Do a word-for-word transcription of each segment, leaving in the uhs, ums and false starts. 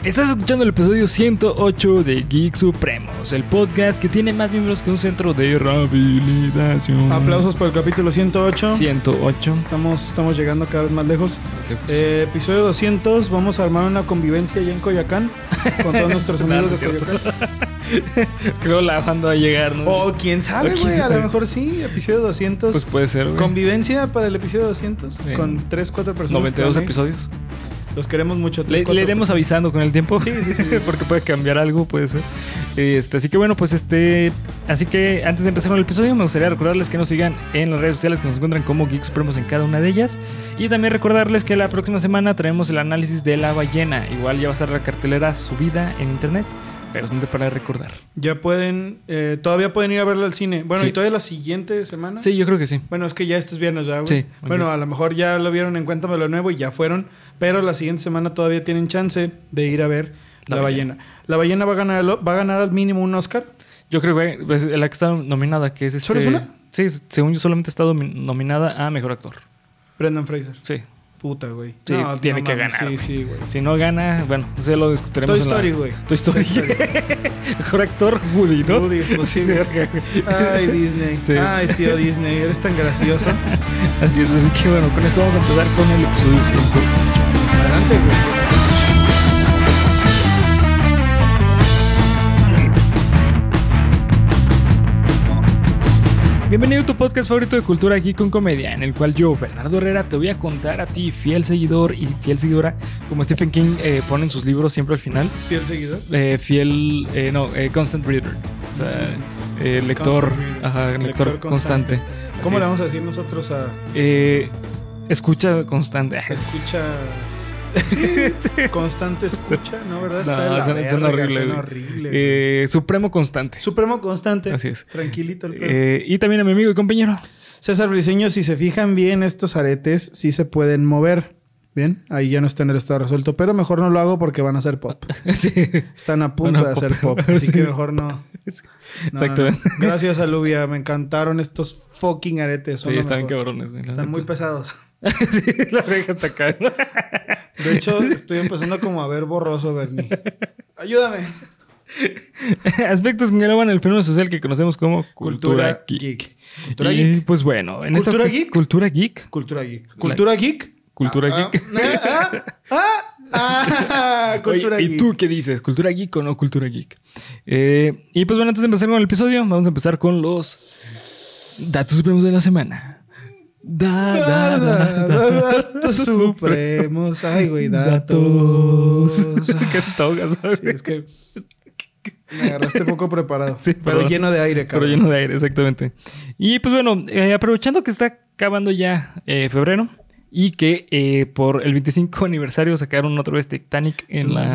Estás escuchando el episodio ciento ocho de Geek Supremos, el podcast que tiene más miembros que un centro de rehabilitación. Aplausos por el capítulo ciento ocho. ciento ocho. Estamos, estamos llegando cada vez más lejos. Eh, episodio doscientos. Vamos a armar una convivencia allá en Coyoacán con todos nuestros amigos de Coyoacán. Creo la banda va a llegar, ¿no? O quién sabe, güey. A lo mejor sí. Episodio doscientos. Pues puede ser, güey. Convivencia para el episodio doscientos. Sí. Con tres, cuatro personas. noventa y dos episodios. Los queremos mucho. Le, le iremos avisando con el tiempo. Sí, sí, sí. Porque puede cambiar algo, puede ser. Este, así que bueno, pues este... Así que antes de empezar con el episodio, me gustaría recordarles que nos sigan en las redes sociales, que nos encuentran como Geek Supremos en cada una de ellas. Y también recordarles que la próxima semana traemos el análisis de La Ballena. Igual ya va a estar la cartelera subida en internet. Pero es para recordar. Ya pueden... Eh, todavía pueden ir a verla al cine. Bueno, sí. ¿Y todavía la siguiente semana? Sí, yo creo que sí. Bueno, es que ya estos viernes, ¿verdad, güey? Sí. Okay. Bueno, a lo mejor ya lo vieron en Cuéntame lo Nuevo y ya fueron. Pero la siguiente semana todavía tienen chance de ir a ver La, la ballena. ballena. ¿La Ballena va a ganar va a ganar al mínimo un Oscar? Yo creo que pues, la que está nominada, que es este... ¿Solo es una? Sí, según yo solamente ha estado nominada a Mejor Actor. Brendan Fraser. Sí. Puta, güey. Sí, no, tiene no que mames, ganar. Sí, sí, güey. Si no gana, bueno, eso lo discutiremos. Toy Story, güey. Toy Story. Toy Story. Mejor actor, Woody, ¿no? Woody, pues sí. Ay, Disney. Sí. Ay, tío Disney, eres tan gracioso. Así es, así que bueno, con eso vamos a empezar con el episodio ciento ocho. Adelante, güey. Bienvenido a tu podcast favorito de cultura geek con comedia, en el cual yo, Bernardo Herrera, te voy a contar a ti, fiel seguidor y fiel seguidora, como Stephen King eh, pone en sus libros siempre al final. ¿Fiel seguidor? Eh, fiel, eh, no, eh, constant reader. O sea, eh, lector, ajá, lector, lector constante. constante. ¿Cómo le vamos a decir nosotros a...? Eh, escucha constante. Escuchas... Sí, constante escucha, ¿no? ¿Verdad? Está no, la suena, verga, suena horrible. Suena horrible eh, Supremo constante. Supremo constante. Así es. Tranquilito el pedo. Eh, y también a mi amigo y compañero César Briseño. Si se fijan bien, estos aretes sí se pueden mover. Bien, ahí ya no está en el estado resuelto, pero mejor no lo hago porque van a hacer pop. Sí. Están a punto bueno, de hacer pop, pop así sí. que mejor no. no Exactamente. No, no. Gracias a Lubia, me encantaron estos fucking aretes. Son sí, están cabrones. Güey, están muy pesados. Sí, la oreja está acá. De hecho, estoy empezando como a ver borroso, Bernie. Ayúdame. Aspectos que engloban el fenómeno social que conocemos como cultura, cultura geek. geek. Cultura y, geek. Pues bueno, en ¿Cultura esta geek? cultura geek. Cultura geek. Cultura geek. Cultura ah, geek. Ah, ah, ah, ah, cultura Oye, geek. ¿Y tú qué dices? ¿Cultura geek o no cultura geek? Eh, y pues bueno, antes de empezar con el episodio, vamos a empezar con los datos supremos de la semana. Da, da, da, da, datos supremos. Ay, güey, datos. ¿Qué se te ahogas? Sí, es que me agarraste poco preparado. Sí, pero perdón. Lleno de aire, cabrón. Pero lleno de aire, exactamente. Y pues bueno, eh, aprovechando que está acabando ya eh, febrero y que eh, por el veinticinco aniversario sacaron otra vez Titanic en la...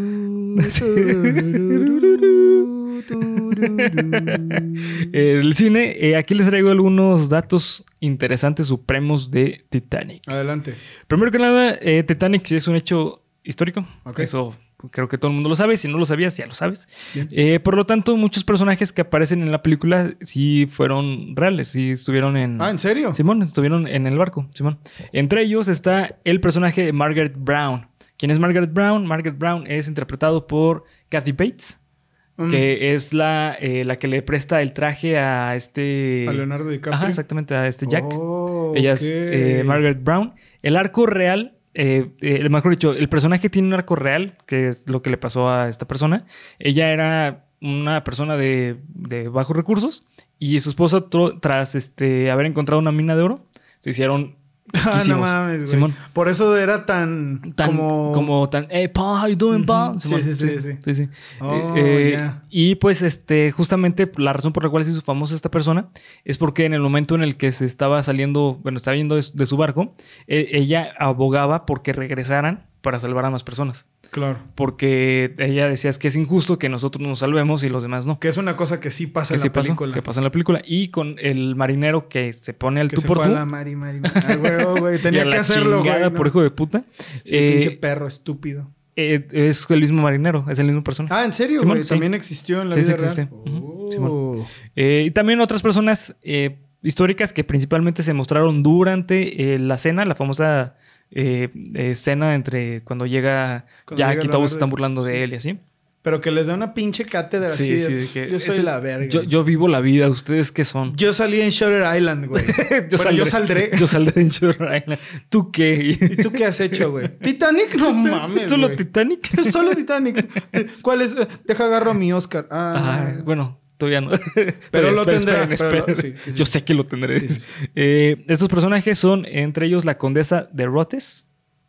el cine, eh, aquí les traigo algunos datos interesantes supremos de Titanic. Adelante. Primero que nada, eh, Titanic sí es un hecho histórico. Okay. Eso creo que todo el mundo lo sabe. Si no lo sabías, ya lo sabes. Eh, por lo tanto, muchos personajes que aparecen en la película sí fueron reales. Sí estuvieron en... Ah, ¿en serio? Simón, estuvieron en el barco, Simón. Entre ellos está el personaje de Margaret Brown. ¿Quién es Margaret Brown? Margaret Brown es interpretado por Kathy Bates. Mm. Que es la, eh, la que le presta el traje a este... A Leonardo DiCaprio. Ajá, exactamente, a este Jack. Oh, Ella okay. es eh, Margaret Brown. El arco real, eh, eh, mejor dicho, el personaje tiene un arco real, que es lo que le pasó a esta persona. Ella era una persona de, de bajos recursos y su esposa, tro- tras este, haber encontrado una mina de oro, se hicieron... Ah, no mames, güey. Simón. Por eso era tan... tan como... Como tan... Hey, pa, how you doing, pa? Uh-huh. Sí, sí, sí, sí, sí. sí, sí. Oh, eh, yeah. Y pues, este, justamente la razón por la cual se hizo famosa esta persona es porque en el momento en el que se estaba saliendo, bueno, estaba yendo de, de su barco, eh, ella abogaba porque regresaran para salvar a más personas. Claro. Porque ella decía es que es injusto que nosotros nos salvemos y los demás no. Que es una cosa que sí pasa que en sí la película. Pasó, que pasa en la película. Y con el marinero que se pone al que tú se por fue tú. A la mari, mari, mari. Ah, güey, güey. Tenía que hacerlo, güey. ¿No? Por hijo de puta. Sí, eh, pinche perro estúpido. Eh, es el mismo marinero, es el mismo personaje. Ah, ¿en serio, Simón, güey? sí. También existió en la sí, vida sí, real. Sí, oh. uh-huh. Eh, y también otras personas... Eh, históricas que principalmente se mostraron durante eh, la cena, la famosa eh, escena entre cuando llega cuando Jack llega y todos se están burlando de sí. él y así. Pero que les da una pinche cátedra sí, así. Sí, de, que yo soy este, la verga. Yo, yo vivo la vida. ¿Ustedes qué son? Yo salí en Shutter Island, güey. yo, bueno, saldré, yo saldré. Yo saldré en Shutter Island. ¿Tú qué? ¿Y tú qué has hecho, güey? ¿Titanic? No mames, ¿Solo wey. Titanic? Solo Titanic. ¿Cuál es? Deja agarro mi Oscar. Ah, ah bueno, todavía no. Pero, pero lo tendrá. Esperen, esperen. Pero lo, sí, sí, sí. Yo sé que lo tendré. Sí, sí, sí. Eh, estos personajes son, entre ellos, la condesa de Rotes.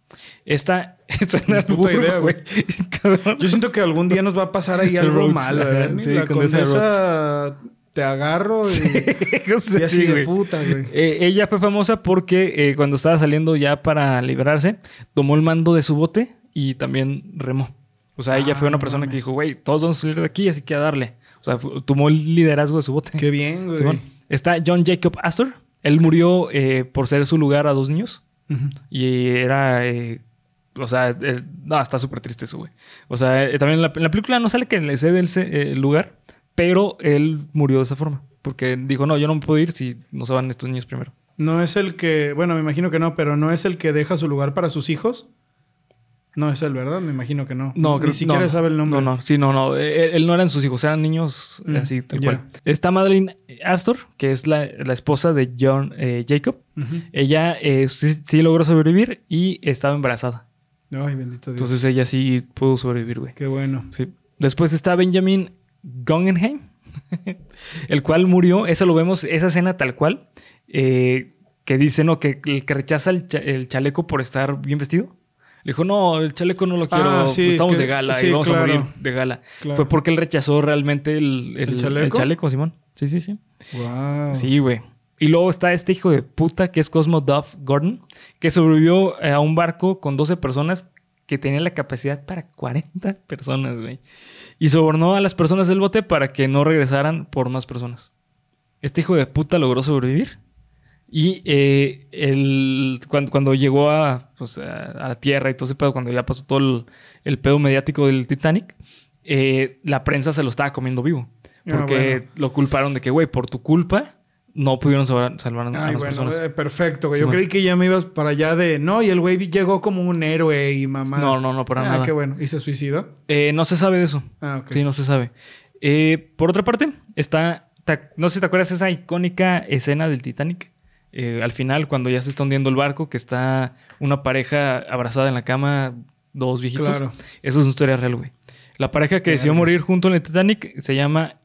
Esta suena puta burro, idea, güey. Yo siento que algún día nos va a pasar ahí algo Rhodes, malo, ¿eh? Sí, la condesa te agarro y, sí, y así sí, de güey. Puta, güey. Eh, ella fue famosa porque eh, cuando estaba saliendo ya para liberarse, tomó el mando de su bote y también remó. O sea, ah, ella fue una persona no que dijo, güey, todos vamos a salir de aquí, así que a darle. O sea, fue, tomó el liderazgo de su bote. Qué bien, güey. Simón. Está John Jacob Astor. Él murió eh, por ceder su lugar a dos niños. Uh-huh. Y era... Eh, o sea, eh, no, está súper triste eso, güey. O sea, eh, también en la, en la película no sale que le cede el eh, lugar, pero él murió de esa forma. Porque dijo, no, yo no me puedo ir si no se van estos niños primero. No es el que... Bueno, me imagino que no, pero no es el que deja su lugar para sus hijos. No es él, ¿verdad? Me imagino que no. No, Ni creo, siquiera no, sabe el nombre. No, no. Sí, no, no. Él, él no eran sus hijos. Eran niños mm, así, tal yeah. cual. Está Madeleine Astor, que es la, la esposa de John eh, Jacob. Uh-huh. Ella eh, sí, sí logró sobrevivir y estaba embarazada. Ay, bendito Dios. Entonces ella sí pudo sobrevivir, güey. Qué bueno. Sí. Después está Benjamin Guggenheim, el cual murió. Eso lo vemos, esa escena tal cual. Eh, que dice, ¿no? Que el que rechaza el, cha- el chaleco por estar bien vestido. Le dijo, no, el chaleco no lo quiero. Ah, sí, pues estamos que, de gala sí, y vamos claro, a morir de gala. Claro. Fue porque él rechazó realmente el, el, ¿El, chaleco? el chaleco, Simón. Sí, sí, sí. Wow. Sí, güey. Y luego está este hijo de puta que es Cosmo Duff Gordon, que sobrevivió a un barco con doce personas que tenía la capacidad para cuarenta personas, güey. Y sobornó a las personas del bote para que no regresaran por más personas. Este hijo de puta logró sobrevivir. Y eh, el, cuando, cuando llegó a, pues, a, a la tierra y todo ese pedo, cuando ya pasó todo el, el pedo mediático del Titanic, eh, la prensa se lo estaba comiendo vivo. Porque ah, bueno. lo culparon de que, güey, por tu culpa no pudieron salvar, salvar a, Ay, a las bueno, personas. Eh, perfecto, güey. Sí, yo bueno. creí que ya me ibas para allá de... No, y el güey llegó como un héroe y mamá. No, no, no, para ah, nada. Ah, qué bueno. ¿Y se suicidó? Eh, no se sabe de eso. Ah, ok. Sí, no se sabe. Eh, por otra parte, está... Ta, no sé si te acuerdas esa icónica escena del Titanic. Eh, al final, cuando ya se está hundiendo el barco, que está una pareja abrazada en la cama, dos viejitos. Claro. Eso es una historia real, güey. La pareja que claro. decidió morir junto en el Titanic se llama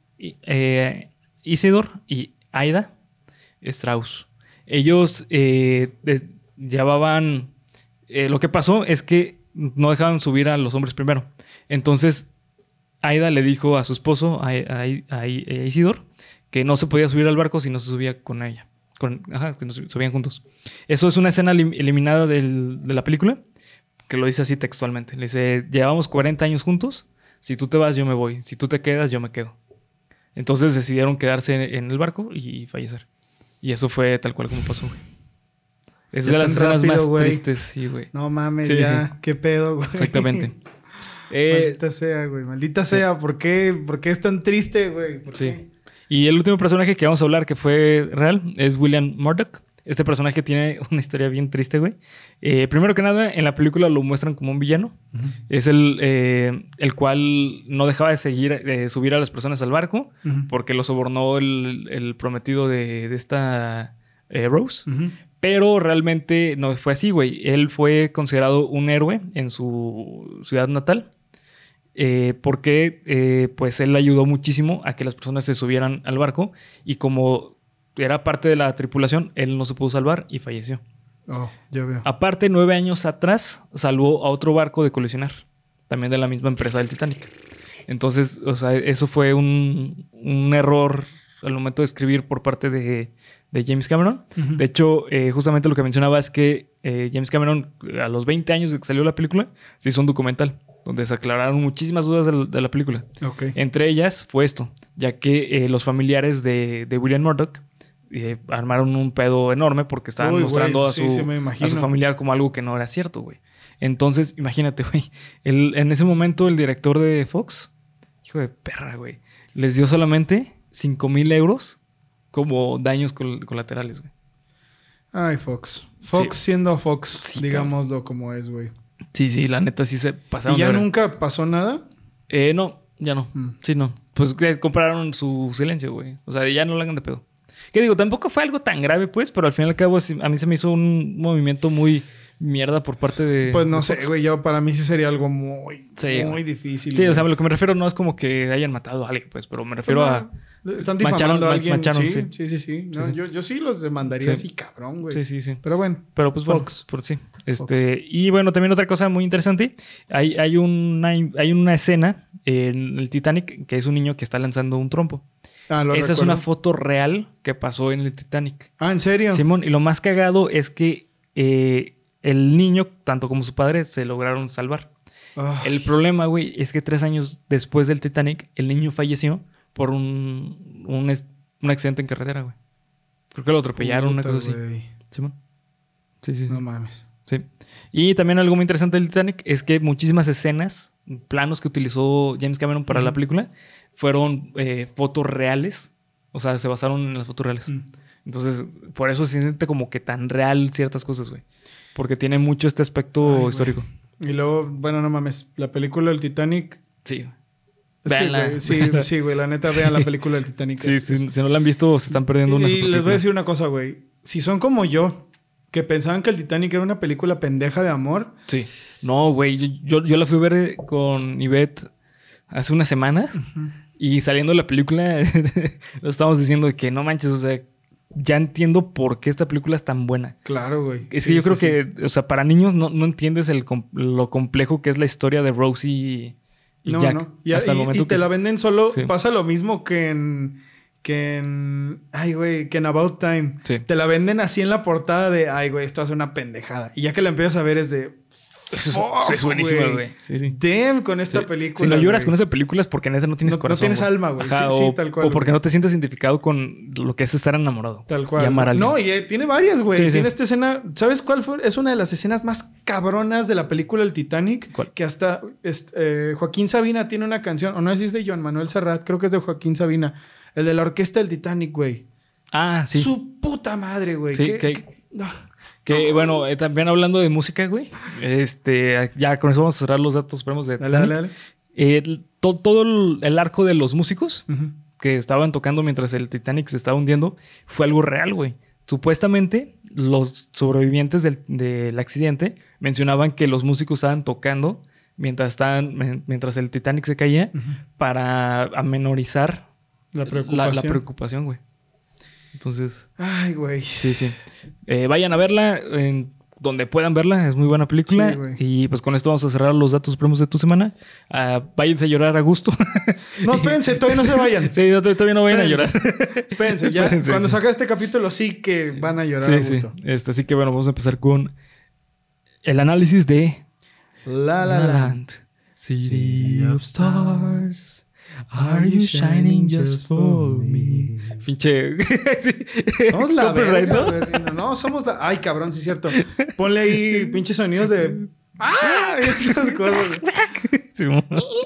eh, Isidor y Aida Strauss. Ellos eh, de, llevaban... Eh, lo que pasó es que no dejaban subir a los hombres primero. Entonces, Aida le dijo a su esposo, a, a, a, a Isidor, que no se podía subir al barco si no se subía con ella. Con, ajá, que nos subían juntos. Eso es una escena elim- eliminada del, de la película, que lo dice así textualmente. Le dice, llevamos cuarenta años juntos, si tú te vas yo me voy, si tú te quedas yo me quedo. Entonces decidieron quedarse en el barco y fallecer. Y eso fue tal cual como pasó, güey. Es ya de las escenas rápido, más güey. tristes, sí, güey. No mames, sí, ya, sí. Qué pedo, güey. Exactamente. eh, Maldita sea, güey, maldita sí. sea. ¿Por qué? ¿Por qué es tan triste, güey? ¿Por sí. qué? Y el último personaje que vamos a hablar que fue real es William Murdoch. Este personaje tiene una historia bien triste, güey. Eh, primero que nada, en la película lo muestran como un villano. Uh-huh. Es el, eh, el cual no dejaba de seguir, de subir a las personas al barco uh-huh. porque lo sobornó el, el prometido de, de esta eh, Rose. Uh-huh. Pero realmente no fue así, güey. Él fue considerado un héroe en su ciudad natal. Eh, porque eh, pues él ayudó muchísimo a que las personas se subieran al barco y como era parte de la tripulación, él no se pudo salvar y falleció. Oh, ya veo. Aparte, nueve años atrás salvó a otro barco de colisionar, también de la misma empresa del Titanic. Entonces, o sea, eso fue un, un error al momento de escribir por parte de, de James Cameron. Uh-huh. De hecho, eh, justamente lo que mencionaba es que eh, James Cameron, a los veinte años de que salió la película, se hizo un documental donde se aclararon muchísimas dudas de la, de la película. Okay. Entre ellas fue esto, ya que eh, los familiares de, de William Murdoch eh, armaron un pedo enorme porque estaban Uy, mostrando a, sí, su, sí, a su familiar como algo que no era cierto, güey. Entonces, imagínate, güey. El, en ese momento, el director de Fox, hijo de perra, güey, les dio solamente cinco mil euros como daños col- colaterales, güey. Ay, Fox. Fox Sí. siendo Fox, Sí, digámoslo como es, güey. Sí, sí, la neta sí se pasaron. ¿Y ya de verga. nunca pasó nada? Eh, no, ya no. Mm. Sí, no. Pues que compraron su silencio, güey. O sea, ya no la hagan de pedo. Que digo, tampoco fue algo tan grave, pues, pero al fin y al cabo sí- a mí se me hizo un movimiento muy mierda por parte de. Pues no de sé, Fox. güey. Yo para mí sí sería algo muy, Sí, muy güey. difícil. Sí, o güey. sea, lo que me refiero no es como que hayan matado a alguien, pues, pero me refiero Pues, a. no, Están mancharon- difamando a man- alguien. mancharon, sí, sí. sí, sí, sí. No, Sí, sí. Yo, yo sí los demandaría Sí. así, cabrón, güey. Sí, sí, sí. Pero bueno. Pero pues bueno, Fox. por sí. Este, y bueno, también otra cosa muy interesante. Hay, hay, una, hay una escena en el Titanic que es un niño que está lanzando un trompo. Ah, lo Esa recuerdo. es una foto real que pasó en el Titanic. Ah, ¿en serio? Simón, y lo más cagado es que eh, el niño, tanto como su padre, se lograron salvar. Ah, El problema, güey, es que tres años después del Titanic, el niño falleció por un, un, es- un accidente en carretera, güey. Creo que lo atropellaron, una puta, cosa así. güey. Simón. Sí, sí, sí. No mames. Sí. Y también algo muy interesante del Titanic es que muchísimas escenas, planos que utilizó James Cameron para Ujú. la película, fueron eh, fotos reales. O sea, se basaron en las fotos reales. Mm. Entonces, por eso se siente como que tan real ciertas cosas, güey. Porque tiene mucho este aspecto Ay, güey. histórico. Y luego, bueno, no mames. La película del Titanic. Sí. Es que, Véanla. güey, sí, sí, güey. La neta, vean la película del Titanic. Sí, Es- sí, es- si no la han visto, se están perdiendo una Y super les voy a película. decir una cosa, güey. Si son como yo, que pensaban que el Titanic era una película pendeja de amor. Sí. No, güey. Yo, yo, yo la fui a ver con Ivette hace unas semanas. Y saliendo de la película, lo estábamos diciendo de que no manches, o sea, ya entiendo por qué esta película es tan buena. Claro, güey. Es Sí, que yo sí, creo sí. que, o sea, para niños no, no entiendes el com- lo complejo que es la historia de Rosie y, y No, Jack. no. Y, hasta el y- momento y te que- la venden solo. Sí. Pasa lo mismo que en... Que en... Ay, güey. Que en About Time. Sí. Te la venden así en la portada de... Ay, güey, esto hace una pendejada. Y ya que la empiezas a ver es de... Eso es, Fuck, es buenísima, güey. güey. Sí, sí. Damn con esta Sí. película. Si no lloras güey. con esa película es porque neta no tienes No- no corazón. tienes güey. alma, güey. Ajá, Sí, sí, o, tal cual, o porque güey. no te sientes identificado con lo que es estar enamorado. Tal cual. Y amar a alguien. No, y eh, tiene varias, güey. Sí, sí. Tiene esta escena... ¿Sabes cuál fue? Es una de las escenas más cabronas de la película El Titanic. ¿Cuál? Que hasta este, eh, Joaquín Sabina tiene una canción. O no sé si es de Joan Manuel Serrat. Creo que es de Joaquín Sabina. El de la orquesta del Titanic, güey. Ah, sí. Su puta madre, güey. Sí, ¿Qué- que- qué- ah. Que bueno, eh, también hablando de música, güey. Este, ya con eso vamos a cerrar los datos supremos de Dale, Titanic. dale, dale. Eh, el- to- todo el, el arco de los músicos Ujú. que estaban tocando mientras el Titanic se estaba hundiendo fue algo real, güey. Supuestamente, los sobrevivientes del, del accidente mencionaban que los músicos estaban tocando mientras, estaban, men- mientras el Titanic se caía Ujú. para amenorizar La la, preocupación. la preocupación, güey. Entonces, Ay, güey. sí, sí. Eh, vayan a verla en donde puedan verla. Es muy buena película. Sí, güey. Y pues con esto vamos a cerrar los datos supremos de tu semana. Ah, váyanse a llorar a gusto. No, espérense. Todavía no se vayan. Sí, no, todavía no vayan a llorar. Espérense. Ya, Espérense, cuando sí. saque este capítulo sí que van a llorar a Sí, sí. gusto. Este, así que bueno, vamos a empezar con el análisis de La, la, la. City of Stars. Are you shining just for me? Pinche. Sí. Somos la Copyright, verga, ¿no? güey. No, somos la... Ay, cabrón, sí es cierto. Ponle ahí pinches sonidos de... ¡Ah! Esas cosas. Sí, mo.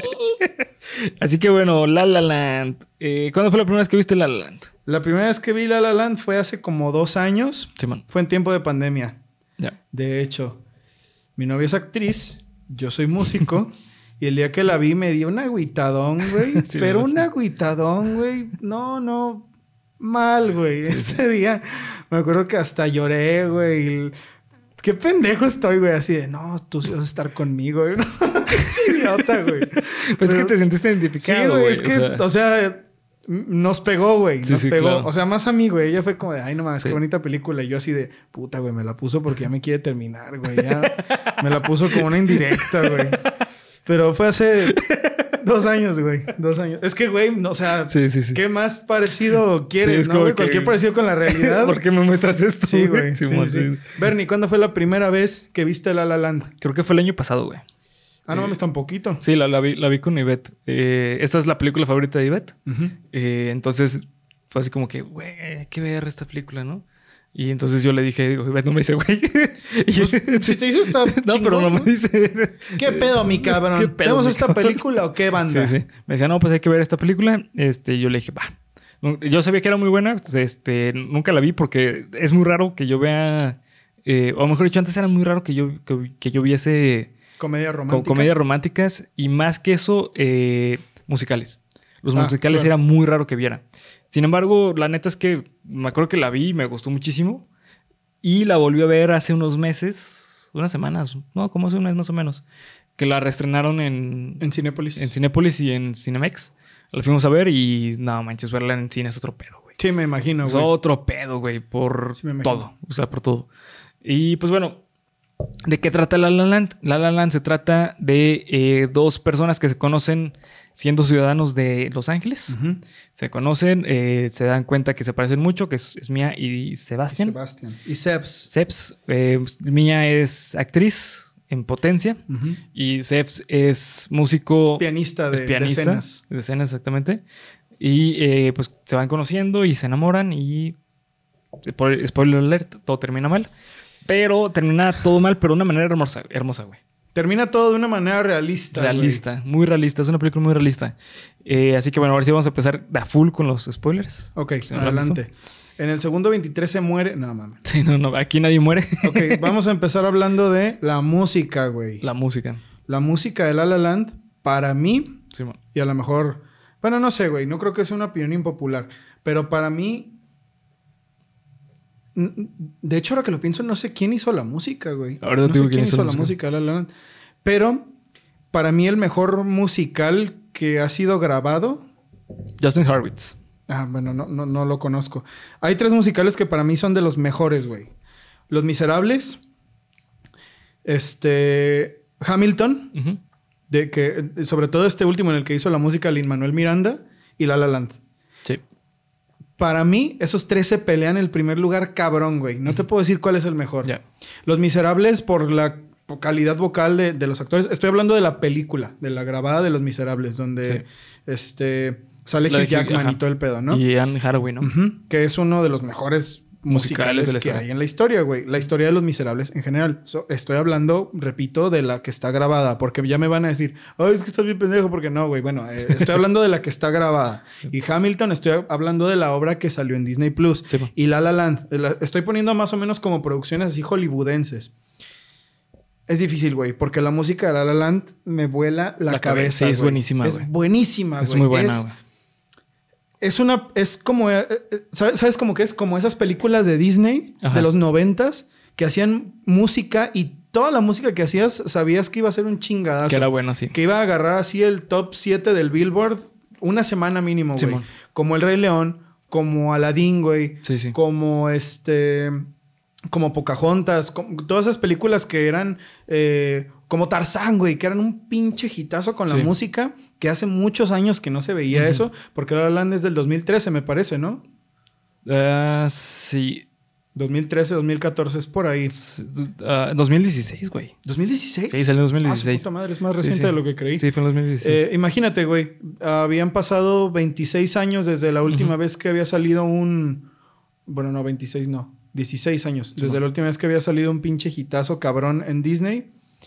Así que bueno, La La Land. Eh, ¿Cuándo fue la primera vez que viste La La Land? La primera vez que vi La La Land fue hace como dos años. Simón. Fue en tiempo de pandemia. Ya. De hecho, mi novia es actriz. Yo soy músico. Y el día que la vi me dio un agüitadón, güey. Sí, pero me un imagino. agüitadón, güey. No, no. Mal, güey. Ese día me acuerdo que hasta lloré, güey. y- Qué pendejo estoy, güey. Así de, no, tú sí vas a estar conmigo, güey. Qué idiota, güey. Pues es que Pero- te sentiste Sí, identificado, güey. güey. Es que, o sea, o sea, m- nos pegó, güey. Sí, Nos sí, pegó. claro. O sea, más a mí, güey. Ella fue como de, ay, no mames, Sí. qué bonita película. Y yo así de, puta, güey, me la puso porque ya me quiere terminar, güey. Ya me la puso como una indirecta, güey. Pero fue hace dos años, güey. Dos años. Es que, güey, no, o sea, sí, sí, sí. ¿qué más parecido quieres, Sí, es no, como güey? que- Cualquier parecido con la realidad. ¿Por qué me muestras esto? Sí, güey. Sí, Simón, sí. sí. Bernie, ¿cuándo fue la primera vez que viste La La Land? Creo que fue el año pasado, güey. Ah, no mames, tan poquito. Sí, la, la, vi, la vi con Ivette. Eh, esta es la película favorita de Ivette. Ujú. Eh, entonces fue así como que, güey, hay que ver esta película, ¿no? Y entonces yo le dije, digo, Ivette no me dice, güey. Y- Pues, si te dices está no, pero no me dice. ¿Qué pedo, mi cabrón? ¿Qué pedo, ¿Vemos mi esta cabrón? película o qué banda? Sí, sí. Me decía, no, pues hay que ver esta película. Este, yo le dije, va. Yo sabía que era muy buena. Este, nunca la vi porque es muy raro que yo vea... Eh, o mejor dicho, antes era muy raro que yo, que, que yo viese... Comedia romántica. Com comedias románticas y más que eso, eh, musicales. Los ah, musicales claro. era muy raro que viera. Sin embargo, la neta es que me acuerdo que la vi y me gustó muchísimo. Y la volví a ver hace unos meses, unas semanas, no, como hace un mes más o menos, que la reestrenaron en... En Cinépolis. En Cinépolis y en Cinemex. La fuimos a ver y no manches, verla en cine es otro pedo, güey. Sí, me imagino, Es güey. otro pedo, güey, por sí, me imagino. todo. O sea, por todo. Y pues bueno... ¿De qué trata La La Land? La La Land se trata de eh, dos personas que se conocen siendo ciudadanos de Los Ángeles. Uh-huh. Se conocen, eh, se dan cuenta que se parecen mucho, que es, es Mia y Sebastián. Y Sebastián. Y Sebs. Sebs. Eh, Mia es actriz en potencia uh-huh. y Sebs es músico... Es pianista de, es pianista, de escenas. De escenas, exactamente. Y eh, pues se van conociendo y se enamoran y... Por, spoiler alert, todo termina mal. Pero termina todo mal, pero de una manera hermosa, hermosa, güey. Termina todo de una manera realista. Realista, güey. muy realista. Es una película muy realista. Eh, así que bueno, ahora sí vamos a empezar a full con los spoilers. Ok, ¿Sí, no adelante. En el segundo veintitrés se muere... No, mames. Sí, no, no. Aquí nadie muere. Ok, vamos a empezar hablando de la música, güey. La música. La música de La La Land, para mí... Sí, man. Y a lo mejor... Bueno, no sé, güey. No creo que sea una opinión impopular. Pero para mí... De hecho, ahora que lo pienso, no sé quién hizo la música, güey. Ahora no digo sé quién hizo la música, música de La La Land. Pero para mí el mejor musical que ha sido grabado... Justin Hurwitz. Ah, bueno, no, no, no lo conozco. Hay tres musicales que para mí son de los mejores, güey. Los Miserables. Este... Hamilton. Uh-huh. De que, sobre todo este último en el que hizo la música Lin-Manuel Miranda. Y La La Land. Sí. Para mí, esos tres se pelean el primer lugar cabrón, güey. No uh-huh. te puedo decir cuál es el mejor. Yeah. Los Miserables por la calidad vocal de, de los actores. Estoy hablando de la película, de la grabada de Los Miserables, donde sí. este, sale Hugh Jackman y todo el pedo, ¿no? Y Anne Hathaway, ¿no? Uh-huh. Que es uno de los mejores musicales, musicales que hay en la historia, güey. La historia de Los Miserables en general. So, estoy hablando, repito, de la que está grabada. Porque ya me van a decir, ay, es que estás bien pendejo. Porque no, güey. Bueno, eh, estoy hablando de la que está grabada. Y Hamilton, estoy hablando de la obra que salió en Disney Plus. Sí, y La La Land. La, estoy poniendo más o menos como producciones así hollywoodenses. Es difícil, güey. Porque la música de La La Land me vuela la, la cabeza, Sí, es güey. buenísima, Es güey. buenísima, güey. Es muy buena, güey. Es una... Es como... Eh, ¿Sabes, ¿Sabes cómo que es? Como esas películas de Disney Ajá. de los noventas que hacían música y toda la música que hacías sabías que iba a ser un chingadazo. Que era bueno, sí. Que iba a agarrar así el top siete del Billboard una semana mínimo, güey. Sí, como El Rey León, como Aladdin, güey. Sí, sí. Como este... Como Pocahontas. Como, todas esas películas que eran... Eh, como Tarzán, güey. Que eran un pinche hitazo con la sí. música. Que hace muchos años que no se veía uh-huh. eso. Porque La La Land es del dos mil trece, me parece, ¿no? Uh, sí. dos mil trece, dos mil catorce, es por ahí. Uh, dos mil dieciséis, güey. ¿dos mil dieciséis? Sí, salió en dos mil dieciséis. Ah, su puta madre, es más reciente sí, sí. de lo que creí. Sí, fue en dos mil dieciséis. Eh, imagínate, güey. Habían pasado veintiséis años desde la última uh-huh. vez que había salido un... Bueno, no, veintiséis no. dieciséis años. Sí, desde man. la última vez que había salido un pinche hitazo cabrón en Disney.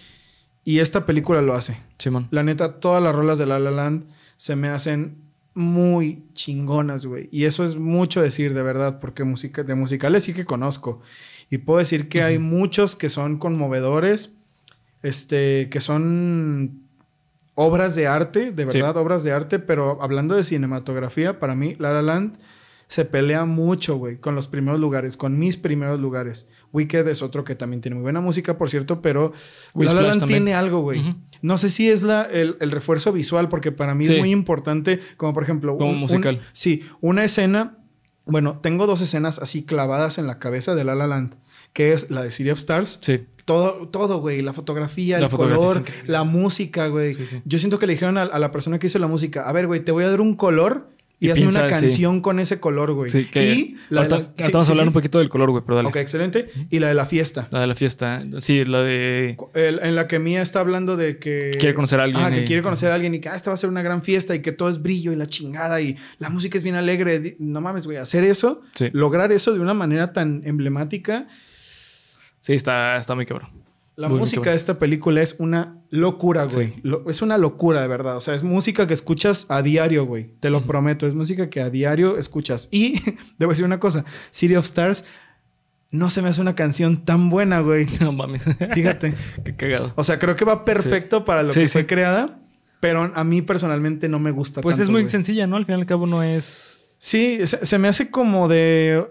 Y esta película lo hace. Sí, man. La neta, todas las rolas de La La Land se me hacen muy chingonas, güey. Y eso es mucho decir, de verdad, porque musica, de musicales sí que conozco. Y puedo decir que uh-huh. hay muchos que son conmovedores, este, que son obras de arte, de verdad, sí. obras de arte. Pero hablando de cinematografía, para mí, La La Land se pelea mucho, güey, con los primeros lugares, con mis primeros lugares. Wicked es otro que también tiene muy buena música, por cierto, pero La La Land tiene algo, güey. Uh-huh. No sé si es la, el, el refuerzo visual, porque para mí sí. es muy importante, como por ejemplo... Como un, musical. Un, sí, una escena... Bueno, tengo dos escenas así clavadas en la cabeza de La La Land, que es la de City of Stars. Sí. Todo, todo, güey. La fotografía, la el fotografía color, la música, güey. Sí, sí. Yo siento que le dijeron a, a la persona que hizo la música, a ver, güey, te voy a dar un color... Y, y hazme piensa, una canción sí. con ese color, güey. Sí, que y la ahorita, de la... sí, vamos sí, a hablar sí. un poquito del color, güey, pero dale. Ok, excelente. Y la de la fiesta. La de la fiesta. Sí, la de... El, en la que Mia está hablando de que... Quiere conocer a alguien. Ah, que y... quiere conocer a alguien y que ah, esta va a ser una gran fiesta y que todo es brillo y la chingada y la música es bien alegre. No mames, güey. Hacer eso, sí. lograr eso de una manera tan emblemática... Sí, está, está muy cabrón. La Muy música bien. de esta película es una locura, güey. Sí. Lo- es una locura, de verdad. O sea, es música que escuchas a diario, güey. Te lo Ujú. prometo. Es música que a diario escuchas. Y debo decir una cosa. City of Stars no se me hace una canción tan buena, güey. No mames. Fíjate. Qué cagado. O sea, creo que va perfecto para lo Sí, que sí. fue creada. Pero a mí personalmente no me gusta Pues tanto, es muy güey. sencilla, ¿no? Al fin y al cabo no es... Sí, se, se me hace como de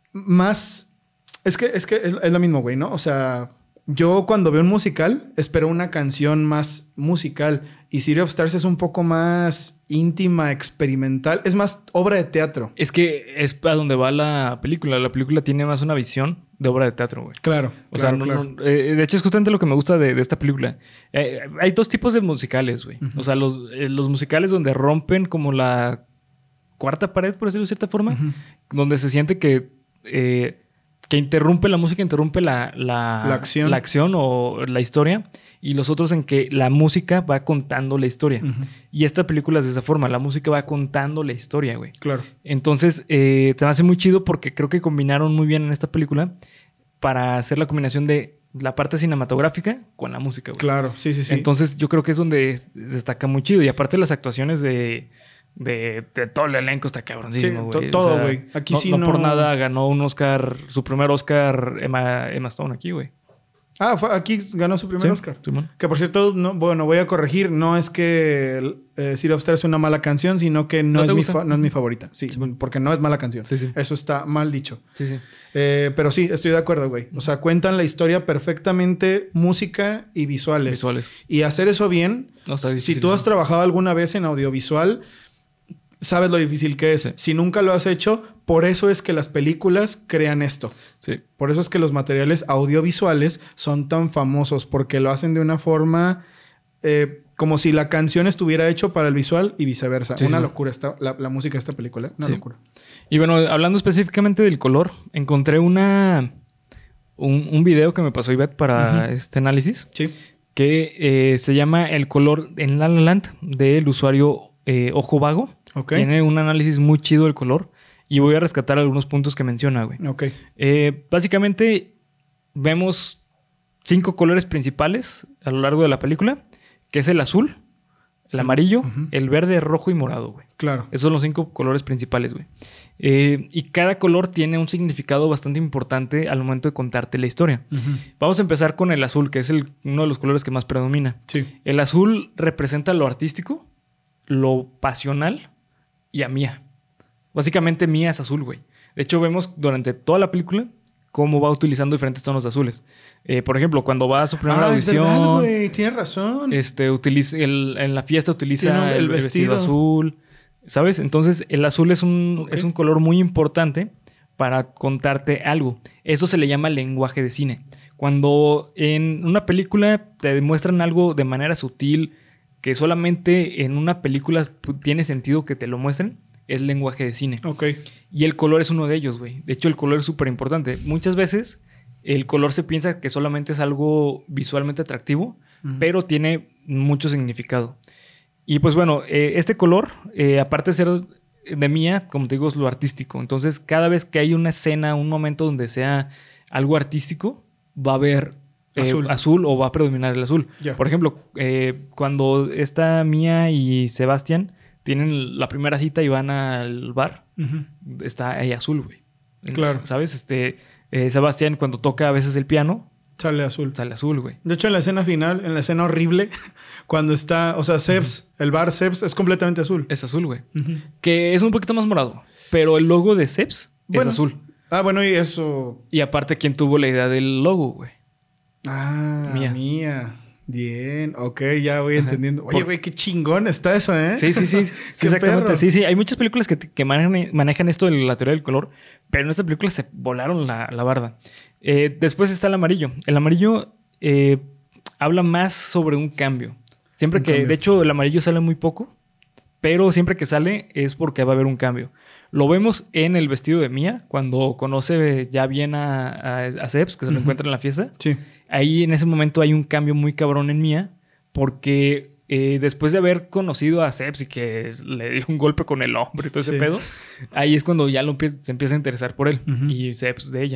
más... Es que es, que es, es lo mismo, güey, ¿no? O sea, yo cuando veo un musical espero una canción más musical. Y City of Stars es un poco más íntima, experimental. Es más obra de teatro. Es que es a donde va la película. La película tiene más una visión de obra de teatro, güey. Claro. O claro, sea, no, claro. no- eh, de hecho es justamente lo que me gusta de, de esta película. Eh, hay dos tipos de musicales, güey. Ujú. O sea, los, eh, los musicales donde rompen como la cuarta pared, por decirlo de cierta forma, Ujú. donde se siente que, eh, que interrumpe la música, interrumpe la, la, La acción. la acción o la historia. Y los otros en que la música va contando la historia. Ujú. Y esta película es de esa forma. La música va contando la historia, güey. Claro. Entonces, eh, se me hace muy chido porque creo que combinaron muy bien en esta película para hacer la combinación de la parte cinematográfica con la música, güey. Claro. Sí, sí, sí. Entonces, yo creo que es donde destaca muy chido. Y aparte las actuaciones de, de, de todo el elenco está cabroncísimo, Sí, güey. to- O todo, sea, güey. Aquí no, sí no no- por nada ganó un Oscar, su primer Oscar Emma, Emma Stone aquí, güey. Ah, fue, aquí ganó su primer Sí, Oscar. Simón. Que por cierto, no, bueno, voy a corregir. No es que eh, City of Stars es una mala canción, sino que no, ¿No es, te mi gusta? fa- no es mi favorita. Sí, porque no es mala canción. Sí, sí. Eso está mal dicho. Sí, sí. Eh, pero sí, estoy de acuerdo, güey. O sea, cuentan la historia perfectamente, música y visuales. Visuales. Y hacer eso bien, No, está si difícil, tú sí. has trabajado alguna vez en audiovisual, sabes lo difícil que es. Sí. Si nunca lo has hecho, por eso es que las películas crean esto. Sí. Por eso es que los materiales audiovisuales son tan famosos, porque lo hacen de una forma eh, como si la canción estuviera hecho para el visual y viceversa. Sí, una sí. locura esta, la, la música de esta película. Una Sí. locura. Y bueno, hablando específicamente del color, encontré una un, un video que me pasó Ivette para Ujú. este análisis Sí. que eh, se llama El color en La La Land del usuario eh, Ojo Vago. Ok. Tiene un análisis muy chido del color y voy a rescatar algunos puntos que menciona, güey. Ok. Eh, básicamente vemos cinco colores principales a lo largo de la película, que es el azul, el amarillo, Ujú. el verde, rojo y morado, güey. Claro. Esos son los cinco colores principales, güey. Eh, y cada color tiene un significado bastante importante al momento de contarte la historia. Ujú. Vamos a empezar con el azul, que es el- uno de los colores que más predomina. Sí. El azul representa lo artístico, lo pasional y a Mía. Básicamente Mía es azul, güey. De hecho, vemos durante toda la película cómo va utilizando diferentes tonos de azules. Eh, por ejemplo, cuando va a su primera Ah, es verdad, audición, güey. Tienes razón. este, utiliza el- en la fiesta utiliza Tiene un- el, el el vestido. vestido. azul, ¿sabes? Entonces, el azul es un, Ok. es un color muy importante para contarte algo. Eso se le llama lenguaje de cine. Cuando en una película te demuestran algo de manera sutil, que solamente en una película pu- tiene sentido que te lo muestren, es lenguaje de cine. Ok. Y el color es uno de ellos, güey. De hecho, el color es súper importante. Muchas veces el color se piensa que solamente es algo visualmente atractivo, Ujú. pero tiene mucho significado. Y pues bueno, eh, este color, eh, aparte de ser de Mía, como te digo, es lo artístico. Entonces, cada vez que hay una escena, un momento donde sea algo artístico, va a haber eh, Azul. azul o va a predominar el azul. Ya. Por ejemplo, eh, cuando está Mía y Sebastián tienen la primera cita y van al bar, Ujú. está ahí azul, güey. Claro. ¿Sabes? Este, eh, Sebastián, cuando toca a veces el piano, Sale azul. sale azul, güey. De hecho, en la escena final, en la escena horrible, cuando está, o sea, Sebs, el bar Sebs es completamente azul. Es azul, güey. Ujú. Que es un poquito más morado. Pero el logo de Seps Bueno. es azul. Ah, bueno, y eso. Y aparte, ¿quién tuvo la idea del logo, güey? Ah, Mía. mía. Bien, ok, ya voy Ajá. entendiendo. Oye, Por- güey, qué chingón está eso, ¿eh? Sí, sí, sí. Sí, Qué exactamente. perro. Sí, sí. Hay muchas películas que, que manejan, manejan esto de la teoría del color, pero en esta película se volaron la, la barda. Eh, después está el amarillo. El amarillo eh, habla más sobre un cambio. Siempre Un que, cambio. de hecho, el amarillo sale muy poco, pero siempre que sale es porque va a haber un cambio. Lo vemos en el vestido de Mía, cuando conoce ya bien a, a, a Seps, que se lo Ujú. encuentra en la fiesta. Sí. Ahí en ese momento hay un cambio muy cabrón en Mía, porque eh, después de haber conocido a Seps y que le dio un golpe con el hombro y todo ese Sí. pedo, ahí es cuando ya lo empie- se empieza a interesar por él Ujú. y Seps de ella, güey.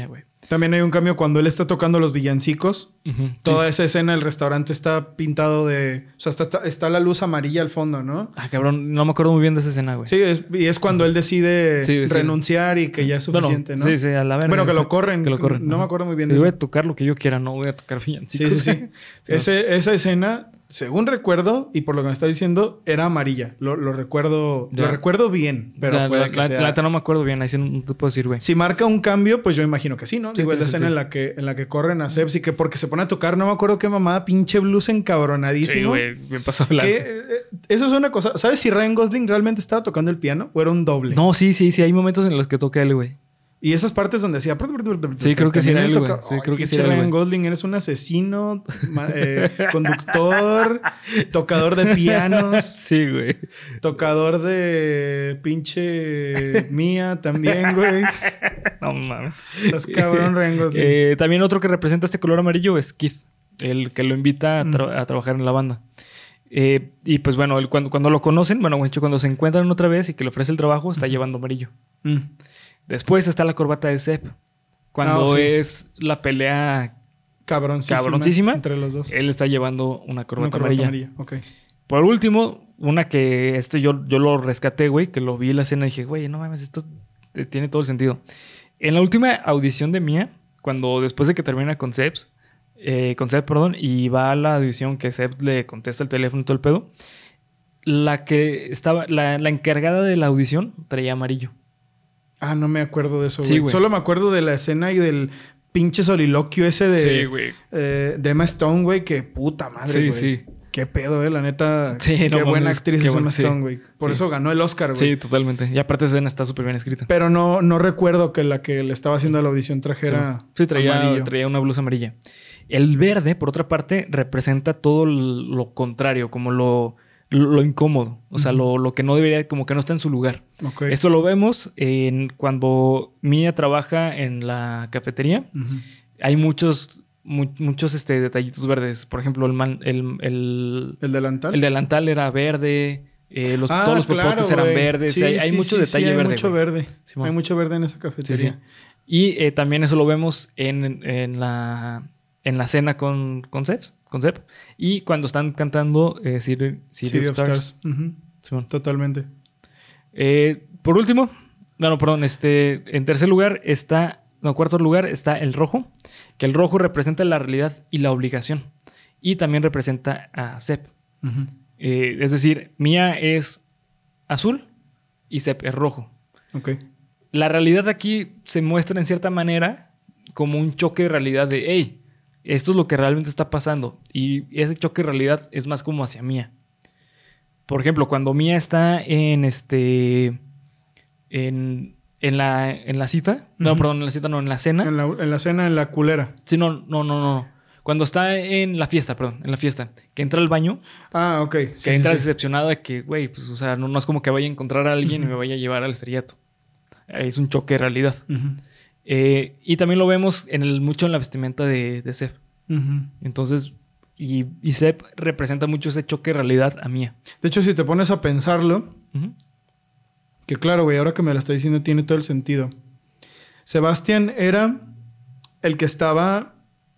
También hay un cambio cuando él está tocando los villancicos. Uh-huh, Toda sí. esa escena, el restaurante está pintado de... O sea, está, está, está la luz amarilla al fondo, ¿no? Ah, cabrón, no me acuerdo muy bien de esa escena, güey. Sí, es, y es cuando él decide sí, renunciar y que ya es suficiente, bueno, ¿no? sí, sí, a la verga. Bueno, que lo corren. Que lo corren. No Ajá. me acuerdo muy bien sí, de voy eso. a tocar lo que yo quiera, no voy a tocar villancicos. Sí, sí, sí. sí Ese, esa escena, según recuerdo, y por lo que me está diciendo, era amarilla. Lo, lo recuerdo... Ya. Lo recuerdo bien, pero la, puede la, que la, sea... la neta no me acuerdo bien, ahí sí no, no te puedo decir, güey. Si marca un cambio, pues yo imagino que sí, ¿no? Sí, Digo, es la sí, escena sí. en la que en la que corren a Sebs y que porque se pone a tocar, no me acuerdo qué mamada, pinche blues encabronadísimo. Sí, güey, me pasó a hablar. Que, eh, eso es una cosa. ¿Sabes si Ryan Gosling realmente estaba tocando el piano o era un doble? No, sí, sí, sí, hay momentos en los que toca él, güey. Y esas partes donde hacía... Sí, creo que sí era también él, toca- güey. Sí, Ay, creo que sí pinche era él, Ryan güey. Gosling, eres un asesino, ma- eh, conductor, tocador de pianos, Sí, güey. tocador de pinche Mía también, güey. No mames. Estás cabrón, Ryan Gosling. Eh, también otro que representa este color amarillo es Keith, el que lo invita a, tra- Mm. a trabajar en la banda. Eh, y pues bueno, él cuando, cuando lo conocen, bueno, de hecho, cuando se encuentran otra vez y que le ofrece el trabajo, está llevando amarillo. Mm. Después está la corbata de Sepp. Cuando Ah, sí. es la pelea, Cabroncísima. Cabroncísima. Entre los dos. él está llevando una corbata, Una amarilla. Ok. Por último, una que esto yo, yo lo rescaté, güey, que lo vi en la escena y dije, güey, no mames, esto te- tiene todo el sentido. En la última audición de Mía, cuando después de que termina con Sepp, eh, con Sepp, perdón, y va a la audición que Sepp le contesta el teléfono y todo el pedo, la que estaba, la, la encargada de la audición traía amarillo. Ah, no me acuerdo de eso, Sí, güey. güey. Solo me acuerdo de la escena y del pinche soliloquio ese de, Sí, güey. eh, de Emma Stone, güey. Que puta madre, Sí, güey. sí. Qué pedo, eh. La neta. Sí, qué no buena mames, actriz qué es buena- Emma sí. Stone, güey. Por Sí. eso ganó el Oscar, güey. Sí, totalmente. Y aparte esa escena está súper bien escrita. Pero no, no recuerdo que la que le estaba haciendo la audición trajera Sí, traía, amarillo. traía una blusa amarilla. El verde, por otra parte, representa todo lo contrario, como lo, lo, lo incómodo. O sea, Ujú. lo, lo que no debería, como que no está en su lugar. Ok. Esto lo vemos en cuando Mia trabaja en la cafetería. Ujú. Hay muchos, mu- muchos este, detallitos verdes. Por ejemplo, el, man- el, el, ¿El delantal? el delantal era verde. eh, los, Ah, todos los claro, popotes eran güey. verdes. Sí, hay hay sí, mucho sí, detalle sí, hay verde. mucho güey. verde. Simón. Hay mucho verde en esa Sí, cafetería. sí. Y eh, también eso lo vemos en, en, la, en la cena con, con Sepp, con Sepp. Y cuando están cantando eh, City, City City of of Stars. Stars. Ujú. Simón. Totalmente. Eh, por último, no, no, perdón, este, en tercer lugar está, no, cuarto lugar está el rojo, que el rojo representa la realidad y la obligación. Y también representa a Sepp. Ujú. Eh, es decir, Mia es azul y Sepp es rojo. Ok. La realidad aquí se muestra en cierta manera como un choque de realidad de, hey, esto es lo que realmente está pasando. Y ese choque de realidad es más como hacia Mia. Por ejemplo, cuando Mia está en este. En, en, la, en la cita. No, Ujú. perdón, en la cita, no, en la cena. En la, en la cena, en la culera. Sí, no, no, no, no. Cuando está en la fiesta, perdón, en la fiesta, que entra al baño, Ah, ok. que Sí, entra sí, sí. decepcionada de que, güey, pues, o sea, no, no es como que vaya a encontrar a alguien y me vaya a llevar al estrellato. Es un choque de realidad. Ujú. Eh, y también lo vemos en el, mucho en la vestimenta de, de Sepp. Ujú. Entonces, y, y Sepp representa mucho ese choque de realidad a Mia. De hecho, si te pones a pensarlo, Ujú. que claro, güey, ahora que me lo está diciendo tiene todo el sentido. Sebastián era el que estaba,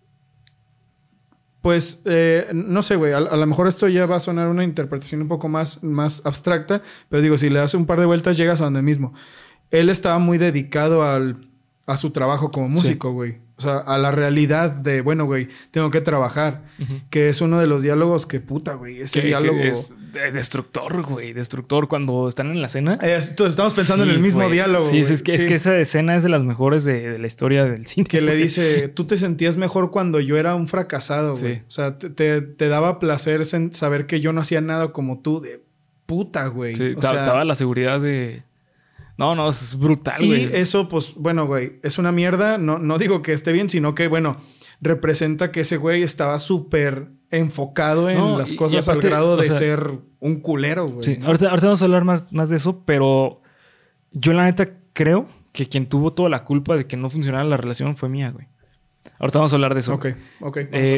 pues, eh, no sé, güey, a, a lo mejor esto ya va a sonar una interpretación un poco más, más abstracta, pero digo, si le das un par de vueltas llegas a donde mismo. Él estaba muy dedicado al, a su trabajo como músico, güey. O sea, a la realidad de, bueno, güey, tengo que trabajar. Ujú. Que es uno de los diálogos que, puta, güey, ese Que- diálogo... que es de- destructor, güey. Destructor cuando están en la cena. Es- entonces, estamos pensando Sí, en el mismo güey. diálogo, Sí, güey. es que, es Sí. que esa escena es de las mejores de, de la historia del cine. Que le güey. dice, tú te sentías mejor cuando yo era un fracasado, güey. Sí. O sea, te, te- te daba placer sen- saber que yo no hacía nada como tú de puta, güey. Sí, o te, sea, te daba la seguridad de... No, no, es brutal, y güey. eso, pues, bueno, güey, es una mierda. No, no digo que esté bien, sino que, bueno, representa que ese güey estaba súper enfocado en No, las y- y cosas aparte, al grado o de sea, ser un culero, güey. Sí, ¿no? ahorita, ahorita vamos a hablar más, más de eso, pero yo la neta creo que quien tuvo toda la culpa de que no funcionara la relación fue Mía, güey. Ahorita vamos a hablar de eso. Ok, ok. vamos a Eh, ver.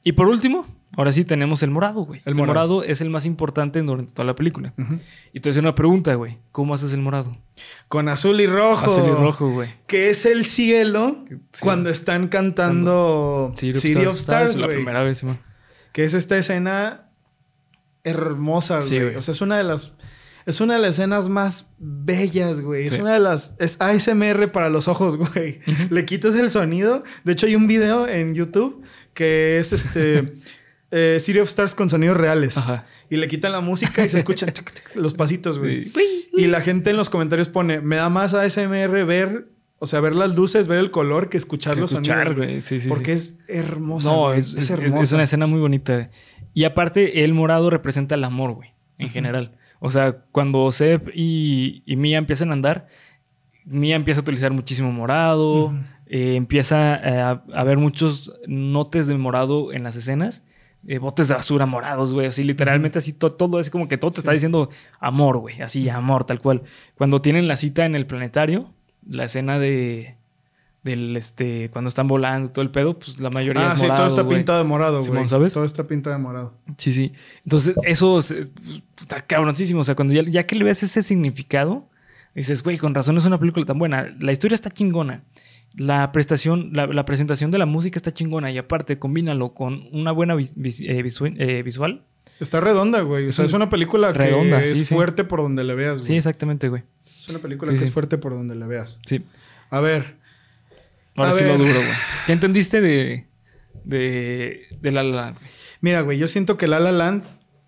Y por último, ahora sí tenemos el morado, güey. El El morado. morado es el más importante durante toda la película. Uh-huh. Y te voy a hacer una pregunta, güey. ¿Cómo haces el morado? Con azul y rojo. Azul y rojo, güey. Que es el cielo Sí. cuando están cantando City of City of Stars, La güey. primera vez, man. Que es esta escena hermosa, güey. Sí, güey. O sea, es una de las... Es una de las escenas más bellas, güey. Es Sí. una de las... Es A S M R para los ojos, güey. Le quitas el sonido. De hecho, hay un video en YouTube que es este... eh, City of Stars con sonidos reales. Ajá. Y le quitan la música y se escuchan tuc, tuc, los pasitos, güey. Sí. Y la gente en los comentarios pone... Me da más A S M R ver... O sea, ver las luces, ver el color que escuchar Que los escuchar, sonidos. güey. Sí, sí, Porque sí. es hermosa, No, güey. es, es, es, hermosa. es una escena muy bonita, güey. Y aparte, el morado representa el amor, güey. En uh-huh. general. O sea, cuando Seb y, y Mia empiezan a andar, Mia empieza a utilizar muchísimo morado. Uh-huh. eh, empieza a, a ver muchos notes de morado en las escenas. Eh, botes de basura morados, güey. Así, literalmente, uh-huh. así to, todo. Es como que todo te sí. está diciendo amor, güey. Así, amor, tal cual. Cuando tienen la cita en el planetario, la escena de... Del este, cuando están volando, todo el pedo, pues la mayoría ah, es morado. Ah, sí, todo está güey. pintado de morado, güey. ¿Sabes? Todo está pintado de morado. Sí, sí. Entonces, eso es, está cabroncísimo. O sea, cuando ya, ya que le ves ese significado, dices, güey, con razón es una película tan buena. La historia está chingona. La prestación, la, la presentación de la música está chingona. Y aparte, combínalo con una buena vis, vis, eh, visu, eh, visual. Está redonda, güey. O sea, es una película redonda, que sí, es sí. fuerte por donde le veas, güey. Sí, exactamente, güey. Es una película sí, que sí. es fuerte por donde le veas. Sí. A ver... Ahora A sí ver. lo duro, güey. ¿Qué entendiste de, de, de La La Land? Mira, güey, yo siento que La La Land...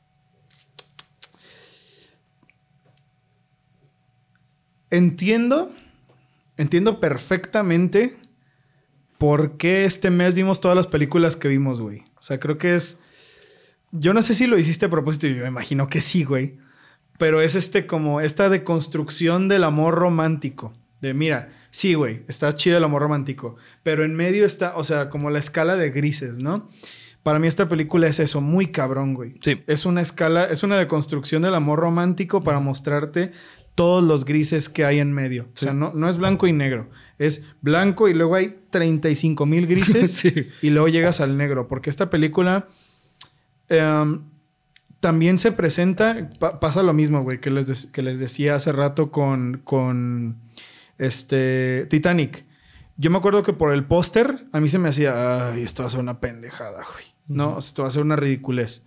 Entiendo, entiendo perfectamente por qué este mes vimos todas las películas que vimos, güey. O sea, creo que es... Yo no sé si lo hiciste a propósito, yo me imagino que sí, güey. Pero es este como esta deconstrucción del amor romántico. De mira, sí, güey, está chido el amor romántico. Pero en medio está, o sea, como la escala de grises, ¿no? Para mí esta película es eso, muy cabrón, güey. Sí. Es una escala, es una deconstrucción del amor romántico para mostrarte todos los grises que hay en medio. Sí. O sea, no, no es blanco y negro. Es blanco y luego hay treinta y cinco mil grises sí. y luego llegas al negro. Porque esta película um, también se presenta... Pa- pasa lo mismo, güey, que les, de- que les decía hace rato con... con este, Titanic. Yo me acuerdo que por el póster a mí se me hacía... Ay, esto va a ser una pendejada, güey. Uh-huh. No, esto va a ser una ridiculez.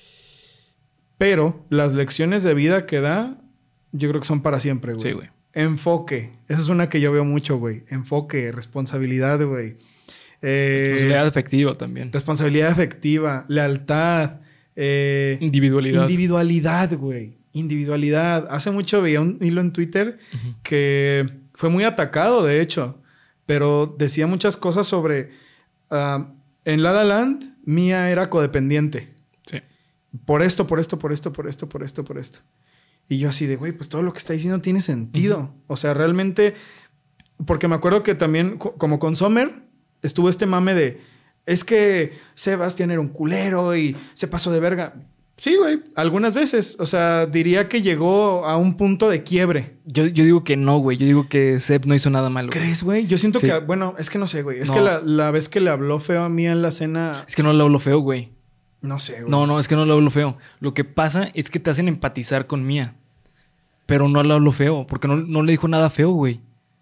Pero las lecciones de vida que da... Yo creo que son para siempre, güey. Sí, güey. Enfoque. Esa es una que yo veo mucho, güey. Enfoque, responsabilidad, güey. Eh, responsabilidad efectiva también. Responsabilidad efectiva, lealtad. Eh, individualidad. Individualidad, güey. Individualidad. Hace mucho veía un hilo en Twitter uh-huh. que fue muy atacado, de hecho. Pero decía muchas cosas sobre... Uh, en La La Land, Mia era codependiente. Sí. Por esto, por esto, por esto, por esto, por esto, por esto. Y yo así de, güey, pues todo lo que está diciendo tiene sentido. Uh-huh. O sea, realmente... Porque me acuerdo que también, como con Summer, estuvo este mame de... Es que Sebastián era un culero y se pasó de verga. Sí, güey. Algunas veces. O sea, diría que llegó a un punto de quiebre. Yo, yo digo que no, güey. Yo digo que Seb no hizo nada malo. ¿Crees, güey? Yo siento sí. que... Bueno, es que no sé, güey. Es no. que la, la vez que le habló feo a mí en la cena... Es que no le habló feo, güey. No sé, güey. No, no, es que no le hablo feo. Lo que pasa es que te hacen empatizar con Mia. Pero no le hablo feo. Porque no, no le dijo nada feo, güey.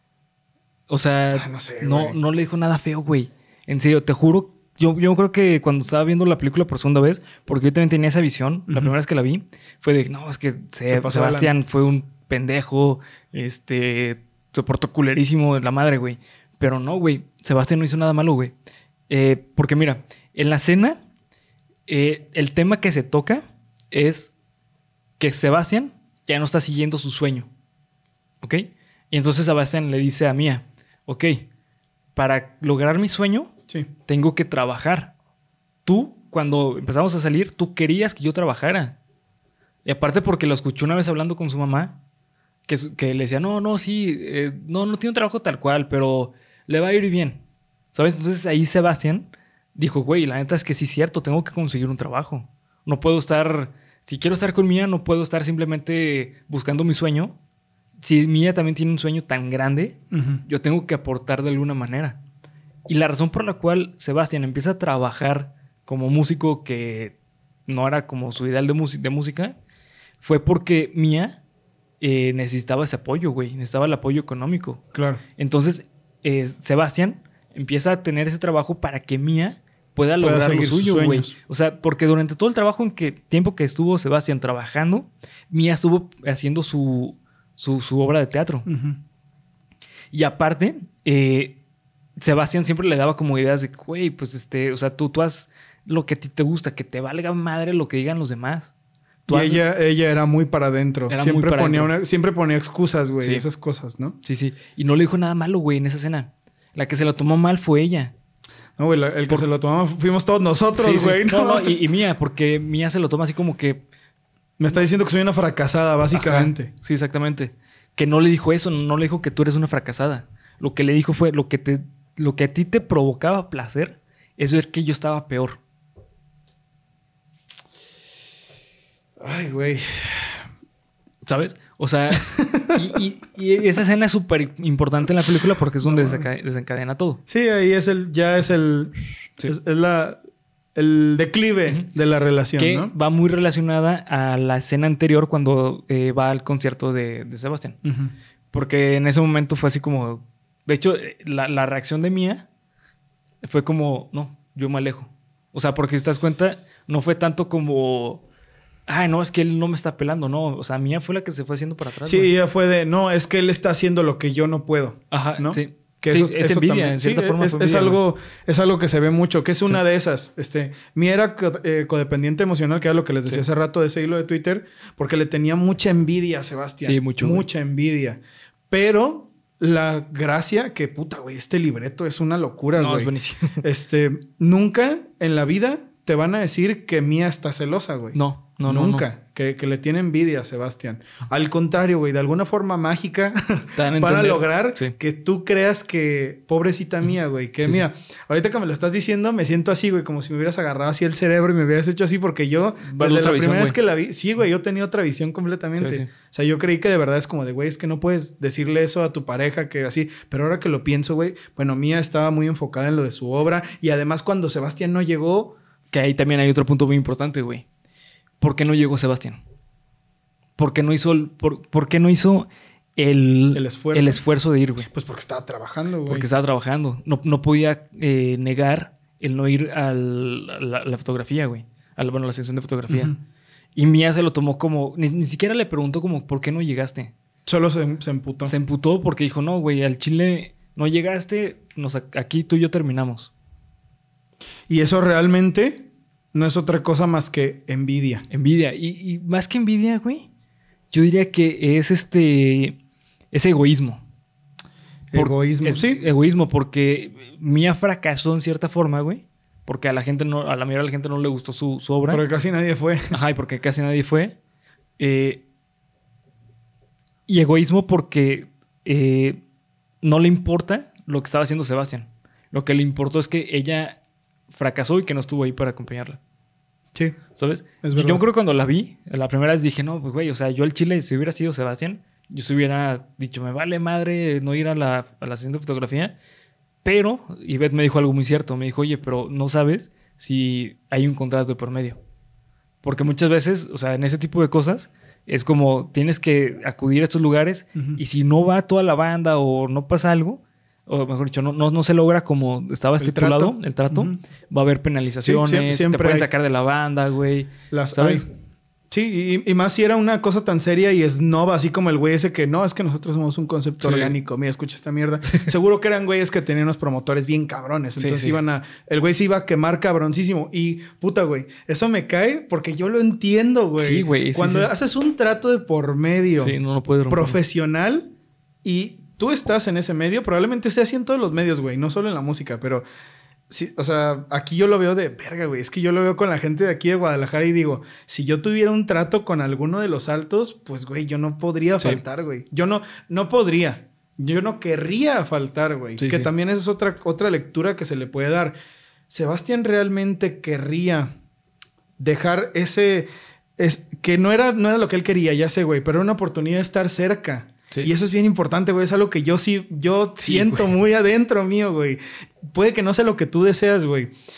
O sea... Ah, no sé, no, güey. no le dijo nada feo, güey. En serio, te juro... Yo, yo creo que cuando estaba viendo la película por segunda vez... Porque yo también tenía esa visión. Uh-huh. La primera vez que la vi... Fue de... No, es que Se, Se Sebastián fue un pendejo. Este... Se portó culerísimo de la madre, güey. Pero no, güey. Sebastián no hizo nada malo, güey. Eh, porque mira... En la cena... Eh, el tema que se toca es que Sebastián ya no está siguiendo su sueño. ¿Ok? Y entonces Sebastián le dice a Mia, ok, para lograr mi sueño, sí. tengo que trabajar. Tú, cuando empezamos a salir, tú querías que yo trabajara. Y aparte porque lo escuché una vez hablando con su mamá, que, que le decía, no, no, sí, eh, no, no tiene un trabajo tal cual, pero le va a ir bien. ¿Sabes? Entonces ahí Sebastián... Dijo, güey, la neta es que sí es cierto, tengo que conseguir un trabajo. No puedo estar... Si quiero estar con Mia, no puedo estar simplemente buscando mi sueño. Si Mia también tiene un sueño tan grande, uh-huh. yo tengo que aportar de alguna manera. Y la razón por la cual Sebastián empieza a trabajar como músico que no era como su ideal de, de música, fue porque Mía eh, necesitaba ese apoyo, güey. Necesitaba el apoyo económico. Claro. Entonces, eh, Sebastián empieza a tener ese trabajo para que Mía pueda lograr seguir lo suyo, sus güey. sueños. O sea, porque durante todo el trabajo en que tiempo que estuvo Sebastián trabajando, Mía estuvo haciendo su, su, su obra de teatro. Uh-huh. Y aparte, eh, Sebastián siempre le daba como ideas de, güey, pues este, o sea, tú, tú haz lo que a ti te gusta, que te valga madre lo que digan los demás. Tú Y haz... ella, ella era muy para adentro. Era siempre, muy para ponía adentro. una, siempre ponía excusas, güey. Sí. Esas cosas, ¿no? Sí, sí. Y no le dijo nada malo, güey, en esa escena. La que se lo tomó mal fue ella. No, güey, la- el que Por- se lo tomamos fuimos todos nosotros, Sí, sí. güey. No, ¿no? no, y, y Mía, porque Mía se lo toma así como que... Me está diciendo que soy una fracasada, básicamente. Ajá, sí, exactamente. Que no le dijo eso, no le dijo que tú eres una fracasada. Lo que le dijo fue lo que te, lo que a ti te provocaba placer es ver que yo estaba peor. Ay, güey. ¿Sabes? O sea, y, y- y esa escena es súper importante en la película porque es donde desenca- desencadena todo. Sí, ahí es el, ya es el, Sí. es, es la, el declive Ujú. de la relación, Que ¿no? va muy relacionada a la escena anterior cuando eh, va al concierto de, de Sebastián. Ujú. Porque en ese momento fue así como... De hecho, eh, la, la reacción de Mía fue como... No, yo me alejo. O sea, porque si te das cuenta, no fue tanto como... Ay, no, es que él no me está pelando. No, o sea, Mía fue la que se fue haciendo para atrás. Sí, güey. ella fue de, no, es que él está haciendo lo que yo no puedo. Ajá, ¿no? sí. Que Sí, eso, es eso envidia, también. en cierta Sí, forma es, fue es envidia, algo, es algo que se ve mucho, que es una Sí. de esas. Este, mi era co- eh, codependiente emocional, que era lo que les decía Sí. hace rato de ese hilo de Twitter, porque le tenía mucha envidia a Sebastián. Sí, mucho, Mucha envidia. Pero la gracia que, puta, güey, este libreto es una locura, No, güey. es buenísimo. Este, nunca en la vida te van a decir que Mía está celosa, güey. No, no, no. Nunca. no. Que, que le tiene envidia a Sebastián. Al contrario, güey, de alguna forma mágica Te dan a para entender. lograr Sí. que tú creas que, pobrecita mía, güey, que Sí, mira, ahorita que me lo estás diciendo, me siento así, güey, como si me hubieras agarrado así el cerebro y me hubieras hecho así, porque yo, Ver desde otra la visión, primera vez güey. que la vi, sí, güey, yo tenía otra visión completamente. Sí, sí. O sea, yo creí que de verdad es como de, güey, es que no puedes decirle eso a tu pareja, que así, pero ahora que lo pienso, güey, bueno, Mía estaba muy enfocada en lo de su obra y además cuando Sebastián no llegó, Que ahí también hay otro punto muy importante, güey. ¿Por qué no llegó Sebastián? ¿Por qué no hizo el, por, por qué no hizo el, El esfuerzo. el esfuerzo de ir, güey? pues porque estaba trabajando, güey. Porque estaba trabajando. No, no podía eh, negar el no ir al- a la, la fotografía, güey. A la, bueno, a la sección de fotografía. Ujú. Y Mía se lo tomó como... Ni, ni siquiera le preguntó como, ¿por qué no llegaste? Solo se, se emputó. Se emputó porque dijo, no, güey, al Chile no llegaste. Nos, aquí tú y yo terminamos. Y eso realmente no es otra cosa más que envidia. Envidia. Y, y más que envidia, güey, yo diría que es este... Es egoísmo. Por- Egoísmo. es Sí. egoísmo porque Mía fracasó en cierta forma, güey. Porque a la gente no... A la mayoría de la gente no le gustó su, su obra. Porque casi nadie fue. Ajá, y porque casi nadie fue. Eh, y egoísmo porque eh, no le importa lo que estaba haciendo Sebastián. Lo que le importó es que ella fracasó y que no estuvo ahí para acompañarla. Sí. ¿Sabes? Es Yo- verdad. yo creo que cuando la vi, la primera vez dije, no, pues güey, o sea, yo el Chile, si hubiera sido Sebastián, yo se hubiera dicho, me vale madre no ir a la, a la sesión de fotografía. Pero Ivette me dijo algo muy cierto. Me dijo, oye, pero no sabes si hay un contrato de por medio. Porque muchas veces, o sea, en ese tipo de cosas, es como tienes que acudir a estos lugares Ujú. y si no va toda la banda o no pasa algo, o mejor dicho, no, no, no se logra como estaba El estipulado trato. el trato, Ujú. va a haber penalizaciones, Sí, sie- siempre te pueden hay. sacar de la banda, güey. Las ¿Sabes? hay. Sí, y, y más si era una cosa tan seria y snob, así como el güey ese que no, es que nosotros somos un concepto Sí. orgánico. Mira, escucha esta mierda. Seguro que eran güeyes que tenían unos promotores bien cabrones. Sí, Entonces sí. iban a. El güey se iba a quemar cabroncísimo. Y puta, güey, eso me cae porque yo lo entiendo, güey. Sí, güey, sí, Cuando sí. haces un trato de por medio Sí, no, no puede romper. profesional y tú estás en ese medio, probablemente sea así en todos los medios, güey, no solo en la música, pero sí, o sea, aquí yo lo veo de verga, güey. Es que yo lo veo con la gente de aquí de Guadalajara y digo, si yo tuviera un trato con alguno de los altos, pues, güey, yo no podría Sí. faltar, güey. Yo no, no podría. Yo no querría faltar, güey. Sí, que sí. también esa es otra, otra lectura que se le puede dar. Sebastián realmente querría dejar ese... Es, que no era, no era lo que él quería, ya sé, güey, pero era una oportunidad de estar cerca. Sí. Y eso es bien importante, güey. Es algo que yo sí, yo Sí, siento güey. muy adentro mío, güey. Puede que no sea lo que tú deseas, güey.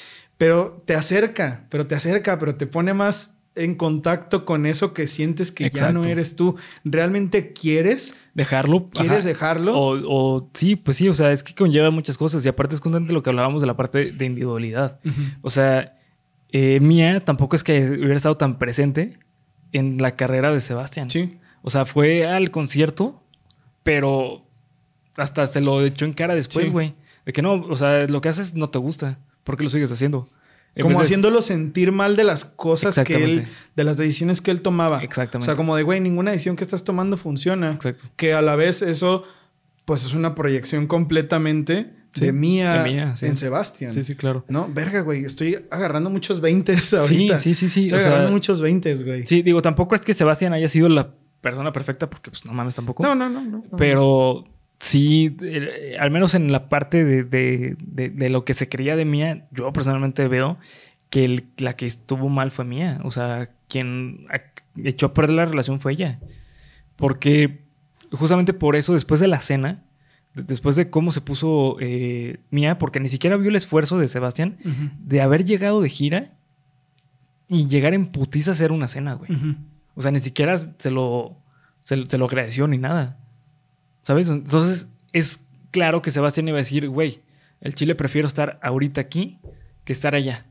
pero te acerca, pero te acerca, pero te pone más en contacto con eso que sientes que Exacto. ya no eres tú. ¿Realmente quieres dejarlo? ¿Quieres Ajá. dejarlo? O, o sí, pues sí, o sea, es que conlleva muchas cosas y aparte es constante lo que hablábamos de la parte de individualidad. Uh-huh. O sea, eh, Mía tampoco es que hubiera estado tan presente en la carrera de Sebastián. Sí. O sea, fue al concierto, pero hasta se lo echó en cara después, güey. Sí. De que no, o sea, lo que haces no te gusta. ¿Por qué lo sigues haciendo? En como haciéndolo de... sentir mal de las cosas que él... De las decisiones que él tomaba. Exactamente. O sea, como de, güey, ninguna decisión que estás tomando funciona. Exacto. Que a la vez eso, pues es una proyección completamente sí. de Mía, de Mía sí. en Sebastián. Sí, sí, claro. No, verga, güey. Estoy agarrando muchos veintes ahorita. Sí, sí, sí. sí. Estoy o agarrando sea, muchos veintes, güey. Sí, digo, tampoco es que Sebastián haya sido la persona perfecta porque, pues, no mames tampoco. No, no, no. no, no. Pero... Sí, eh, al menos en la parte de, de, de, de lo que se creía de Mía, yo personalmente veo que el, la que estuvo mal fue Mía. O sea, quien echó a perder la relación fue ella. Porque justamente por eso, después de la cena, de, después de cómo se puso eh, Mía, porque ni siquiera vio el esfuerzo de Sebastián uh-huh. de haber llegado de gira y llegar en putiza a hacer una cena, güey. Uh-huh. O sea, ni siquiera se lo, se, se lo agradeció ni nada. ¿Sabes? Entonces es claro que Sebastián iba a decir, güey, el chile prefiero estar ahorita aquí que estar allá.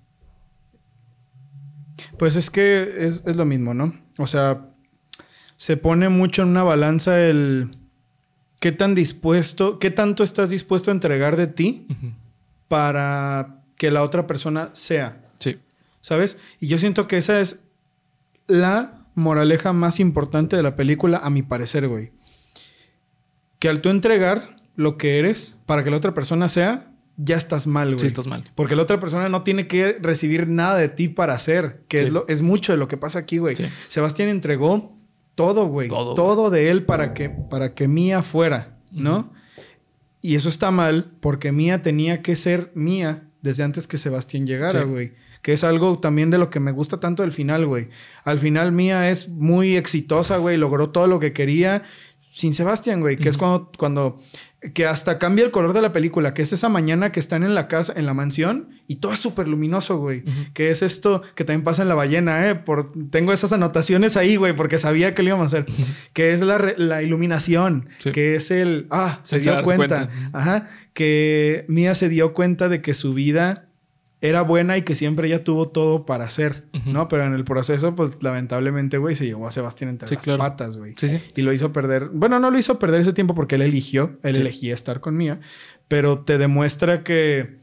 Pues es que es, es lo mismo, ¿no? O sea, se pone mucho en una balanza el qué tan dispuesto, qué tanto estás dispuesto a entregar de ti uh-huh. para que la otra persona sea. Sí. ¿Sabes? Y yo siento que esa es la moraleja más importante de la película, a mi parecer, güey. Que al tú entregar lo que eres para que la otra persona sea, ya estás mal, güey. Sí, estás mal. Porque la otra persona no tiene que recibir nada de ti para hacer. Que sí. es, lo, es mucho de lo que pasa aquí, güey. Sí. Sebastián entregó todo, güey. Todo, todo de él para que, para que Mía fuera, ¿no? Uh-huh. Y eso está mal porque Mía tenía que ser Mía desde antes que Sebastián llegara, güey. Sí. Que es algo también de lo que me gusta tanto del final, güey. Al final Mía es muy exitosa, güey. Logró todo lo que quería sin Sebastián, güey. Que uh-huh. es cuando, cuando... Que hasta cambia el color de la película. Que es esa mañana que están en la casa, en la mansión. Y todo es súper luminoso, güey. Uh-huh. Que es esto que también pasa en La Ballena, ¿eh? Por, tengo esas anotaciones ahí, güey. Porque sabía que lo íbamos a hacer. Uh-huh. Que es la, la iluminación. Sí. Que es el... Ah, se el dio cuenta. cuenta. Ajá. Que Mía se dio cuenta de que su vida... era buena y que siempre ella tuvo todo para hacer, uh-huh. ¿no? Pero en el proceso, pues, lamentablemente, güey, se llevó a Sebastián entre sí, las claro. patas, güey. Sí, sí. Y lo hizo perder... Bueno, no lo hizo perder ese tiempo porque él eligió. Él sí. elegía estar con Mía. Pero te demuestra que...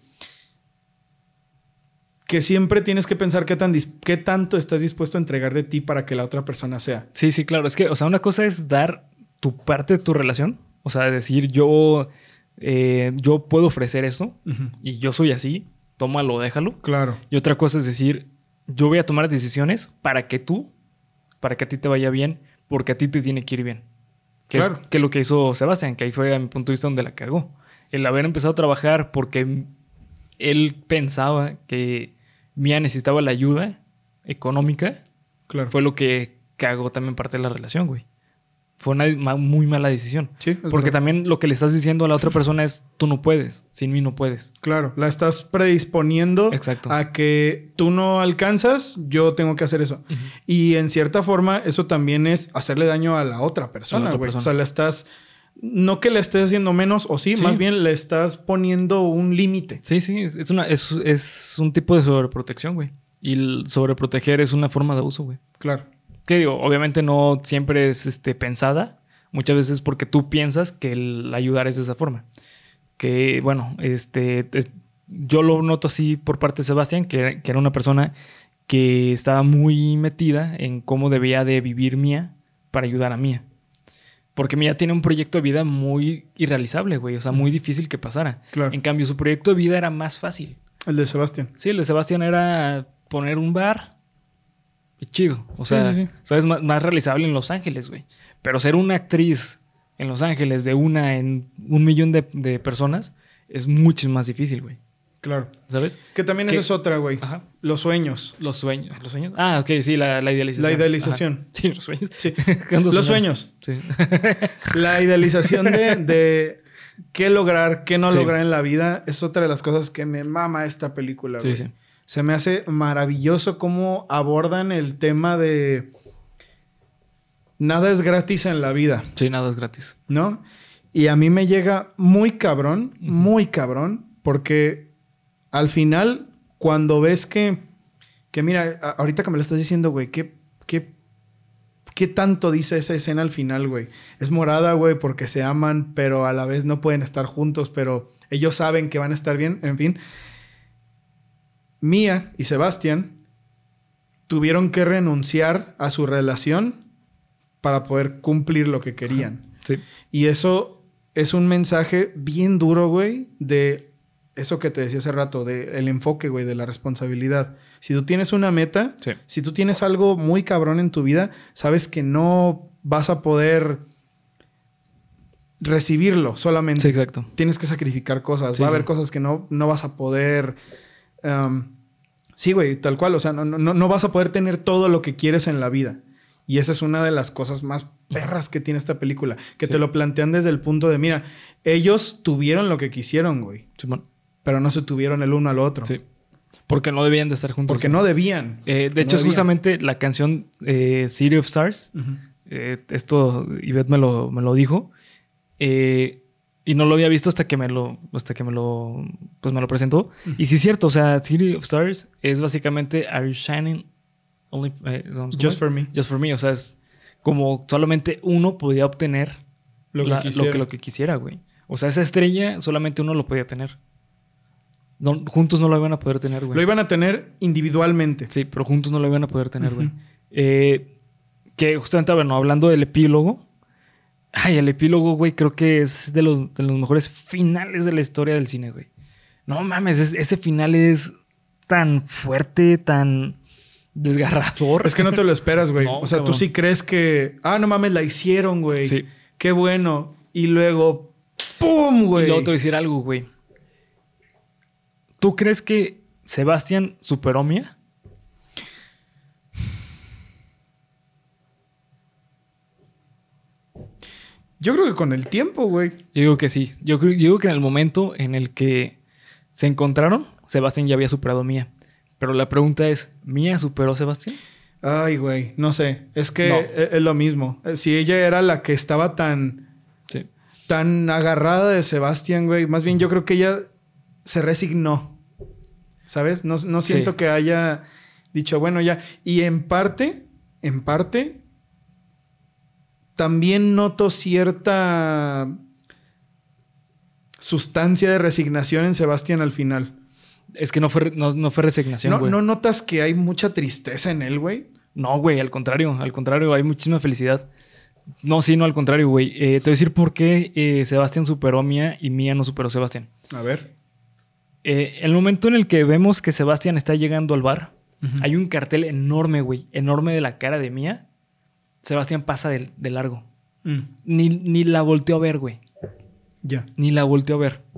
Que siempre tienes que pensar qué, tan dis- qué tanto estás dispuesto a entregar de ti para que la otra persona sea. Sí, sí, claro. Es que, o sea, una cosa es dar tu parte de tu relación. O sea, decir, yo... Eh, yo puedo ofrecer esto. Uh-huh. Y yo soy así. Tómalo, déjalo. Claro. Y otra cosa es decir, yo voy a tomar decisiones para que tú, para que a ti te vaya bien, porque a ti te tiene que ir bien. Que claro. es que lo que hizo Sebastián, que ahí fue a mi punto de vista donde la cagó. El haber empezado a trabajar porque él pensaba que Mía necesitaba la ayuda económica, claro. fue lo que cagó también parte de la relación, güey. Fue una muy mala decisión. Sí, porque verdad. También lo que le estás diciendo a la otra persona es, tú no puedes, sin mí no puedes. Claro, la estás predisponiendo Exacto. a que tú no alcanzas, yo tengo que hacer eso. Uh-huh. Y en cierta forma, eso también es hacerle daño a la otra persona, güey. O sea, la estás... No que le estés haciendo menos, o sí, sí. más bien le estás poniendo un límite. Sí, sí, es, es, una, es, es un tipo de sobreprotección, güey. Y el sobreproteger es una forma de abuso, güey. Claro. Que digo, obviamente no siempre es este, pensada. Muchas veces porque tú piensas que el ayudar es de esa forma. Que, bueno, este, es, yo lo noto así por parte de Sebastián, que, que era una persona que estaba muy metida en cómo debía de vivir Mía para ayudar a Mía. Porque Mía tiene un proyecto de vida muy irrealizable, güey. O sea, muy difícil que pasara. Claro. En cambio, su proyecto de vida era más fácil. El de Sebastián. Sí, el de Sebastián era poner un bar... Y chido. O sea, sí, sí, sí. ¿sabes? Más, más realizable en Los Ángeles, güey. Pero ser una actriz en Los Ángeles de una en un millón de, de personas es mucho más difícil, güey. Claro. ¿Sabes? Que también esa es otra, güey. Ajá. Los sueños. Los sueños. ¿Los sueños? Ah, ok. Sí, la, la idealización. La idealización. Ajá. Sí, los sueños. Sí. Los sueños. Sí. La idealización de, de qué lograr, qué no sí. lograr en la vida es otra de las cosas que me mama esta película, güey. Sí, sí. Se me hace maravilloso cómo abordan el tema de nada es gratis en la vida. Sí, nada es gratis. ¿No? Y a mí me llega muy cabrón, uh-huh. muy cabrón, porque al final, cuando ves que, que mira, ahorita que me lo estás diciendo, güey, ¿qué, qué, qué tanto dice esa escena al final, güey? Es morada, güey, porque se aman, pero a la vez no pueden estar juntos, pero ellos saben que van a estar bien, en fin. Mía y Sebastián tuvieron que renunciar a su relación para poder cumplir lo que querían. Sí. Y eso es un mensaje bien duro, güey, de eso que te decía hace rato, de el enfoque, güey, de la responsabilidad. Si tú tienes una meta, sí. si tú tienes algo muy cabrón en tu vida, sabes que no vas a poder recibirlo solamente. Sí, exacto. Tienes que sacrificar cosas. Sí, Va a haber sí. cosas que no, no vas a poder... Um, sí, güey, tal cual. O sea, no, no, no vas a poder tener todo lo que quieres en la vida. Y esa es una de las cosas más perras que tiene esta película. Que sí. te lo plantean desde el punto de, mira, ellos tuvieron lo que quisieron, güey. Sí, man. Pero no se tuvieron el uno al otro. Sí. Porque no debían de estar juntos. Porque no debían. Eh, de hecho, no es justamente la canción eh, City of Stars. Uh-huh. Eh, esto Ivette me lo, me lo dijo. Eh, y no lo había visto hasta que me lo, hasta que me lo, pues me lo presentó. Uh-huh. Y sí es cierto. O sea, City of Stars es básicamente Are You Shining Only, eh, Just for Me. Just for Me. O sea, es como solamente uno podía obtener lo que, la, quisiera. Lo, que, lo que quisiera, güey. O sea, esa estrella solamente uno lo podía tener. No, juntos no lo iban a poder tener, güey. Lo iban a tener individualmente. Sí, pero juntos no lo iban a poder tener, güey. Uh-huh. Eh, que justamente, bueno, hablando del epílogo. Ay, el epílogo, güey, creo que es de los, de los mejores finales de la historia del cine, güey. No mames, es, ese final es tan fuerte, tan desgarrador. Es que no te lo esperas, güey. No, o sea, cabrón. Tú sí crees que... Ah, no mames, la hicieron, güey. Sí. Qué bueno. Y luego... ¡Pum, güey! Y luego te voy a decir algo, güey. ¿Tú crees que Sebastián superó a Mía? Yo creo que con el tiempo, güey. Yo digo que sí. Yo creo, yo digo que en el momento en el que se encontraron, Sebastián ya había superado a Mía. Pero la pregunta es, ¿Mía superó a Sebastián? Ay, güey. No sé. Es que no. es, es lo mismo. Si ella era la que estaba tan... Sí. Tan agarrada de Sebastián, güey. Más bien yo creo que ella se resignó. ¿Sabes? No, no siento sí. que haya dicho, bueno, ya. Y en parte, en parte, también noto cierta sustancia de resignación en Sebastián al final. Es que no fue, no, no fue resignación, ¿No, güey. ¿No notas que hay mucha tristeza en él, güey? No, güey, al contrario. Al contrario, hay muchísima felicidad. No, sí, no, al contrario, güey. Eh, te voy a decir por qué eh, Sebastián superó a Mía y Mía no superó a Sebastián. A ver. Eh, el momento en el que vemos que Sebastián está llegando al bar, uh-huh. hay un cartel enorme, güey. Enorme de la cara de Mía. Sebastián pasa de, de largo. Mm. Ni, ni la volteó a ver, güey. Ya. Yeah. Ni la volteó a ver.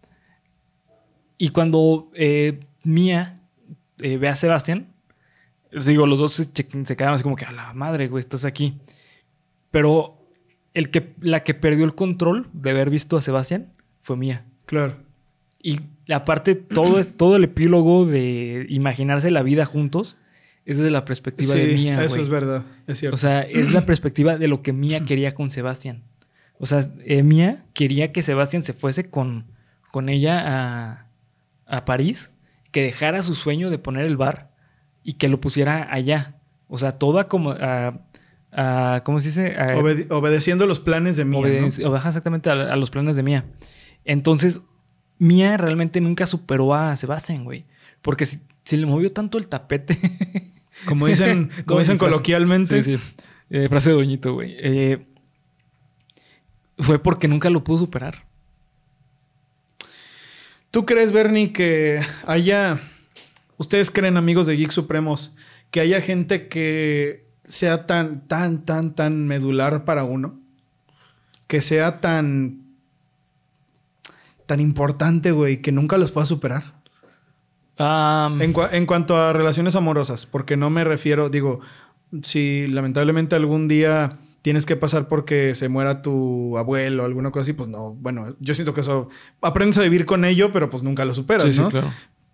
Y cuando eh, Mía eh, ve a Sebastián, les digo, los dos se, se quedaron así como que a la madre, güey, estás aquí. Pero el que, la que perdió el control de haber visto a Sebastián fue Mía. Claro. Y aparte, todo, todo el epílogo de imaginarse la vida juntos es desde la perspectiva sí, de Mía, güey. Eso es verdad, es cierto. O sea, es la perspectiva de lo que Mía quería con Sebastián. O sea, eh, Mía quería que Sebastián se fuese con, con ella a, a París, que dejara su sueño de poner el bar y que lo pusiera allá. O sea, toda como... A, a, ¿cómo se dice? A, Obede- obedeciendo los planes de Mía, obede- ¿no? Obedeja exactamente a, a los planes de Mía. Entonces, Mía realmente nunca superó a Sebastián, güey. Porque si, si le movió tanto el tapete... Como dicen, como dicen coloquialmente. Sí, sí. Eh, frase de doñito, güey. Eh, fue porque nunca lo pudo superar. ¿Tú crees, Bernie, que haya... Ustedes creen, amigos de Geek Supremos, que haya gente que sea tan, tan, tan, tan medular para uno? Que sea tan... tan importante, güey, que nunca los pueda superar. Um, en, cua- en cuanto a relaciones amorosas, porque no me refiero, digo, si lamentablemente algún día tienes que pasar porque se muera tu abuelo o alguna cosa así, pues no, bueno, yo siento que eso aprendes a vivir con ello, pero pues nunca lo superas, sí, ¿no? Sí, claro.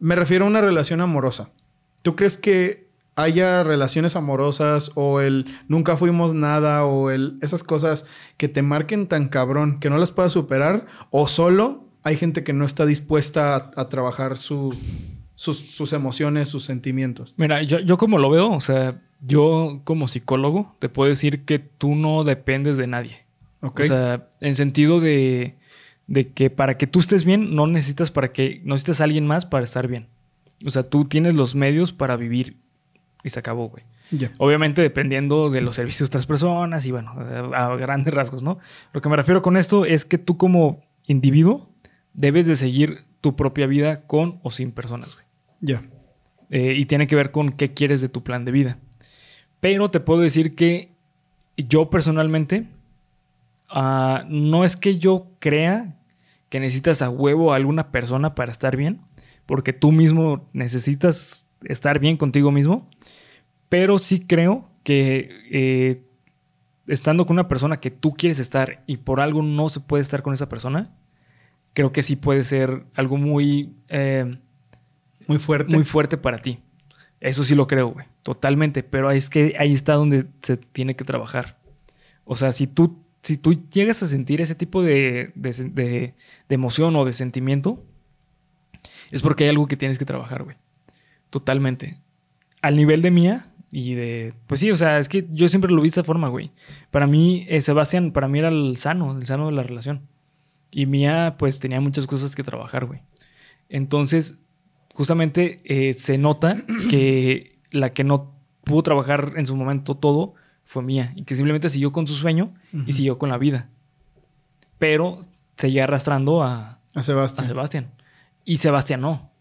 Me refiero a una relación amorosa. ¿Tú crees que haya relaciones amorosas o el nunca fuimos nada o el esas cosas que te marquen tan cabrón que no las puedas superar? ¿O solo hay gente que no está dispuesta a, a trabajar su, sus, sus emociones, sus sentimientos? Mira, yo, yo como lo veo, o sea, yo como psicólogo te puedo decir que tú no dependes de nadie. Okay. O sea, en sentido de, de que para que tú estés bien, no necesitas para que no necesitas a alguien más para estar bien. O sea, tú tienes los medios para vivir y se acabó, güey. Yeah. Obviamente dependiendo de los servicios de otras personas y bueno, a, a grandes rasgos, ¿no? Lo que me refiero con esto es que tú como individuo debes de seguir tu propia vida con o sin personas, güey. Ya. Yeah. Eh, y tiene que ver con qué quieres de tu plan de vida. Pero te puedo decir que yo personalmente... Uh, no es que yo crea que necesitas a huevo a alguna persona para estar bien, porque tú mismo necesitas estar bien contigo mismo, pero sí creo que eh, estando con una persona que tú quieres estar y por algo no se puede estar con esa persona, creo que sí puede ser algo muy... Eh, muy fuerte. Muy fuerte para ti. Eso sí lo creo, güey. Totalmente. Pero es que ahí está donde se tiene que trabajar. O sea, si tú Si tú llegas a sentir ese tipo de, de, de, de emoción o de sentimiento, es porque hay algo que tienes que trabajar, güey. Totalmente. Al nivel de Mía y de... Pues sí, o sea, es que yo siempre lo vi de esta forma, güey. Para mí, eh, Sebastián, para mí era el sano, el sano de la relación. Y Mía, pues, tenía muchas cosas que trabajar, güey. Entonces, justamente eh, se nota que la que no pudo trabajar en su momento todo... fue Mía y que simplemente siguió con su sueño uh-huh. y siguió con la vida. Pero seguía arrastrando a, a Sebastián. A Sebastián. Y Sebastián no.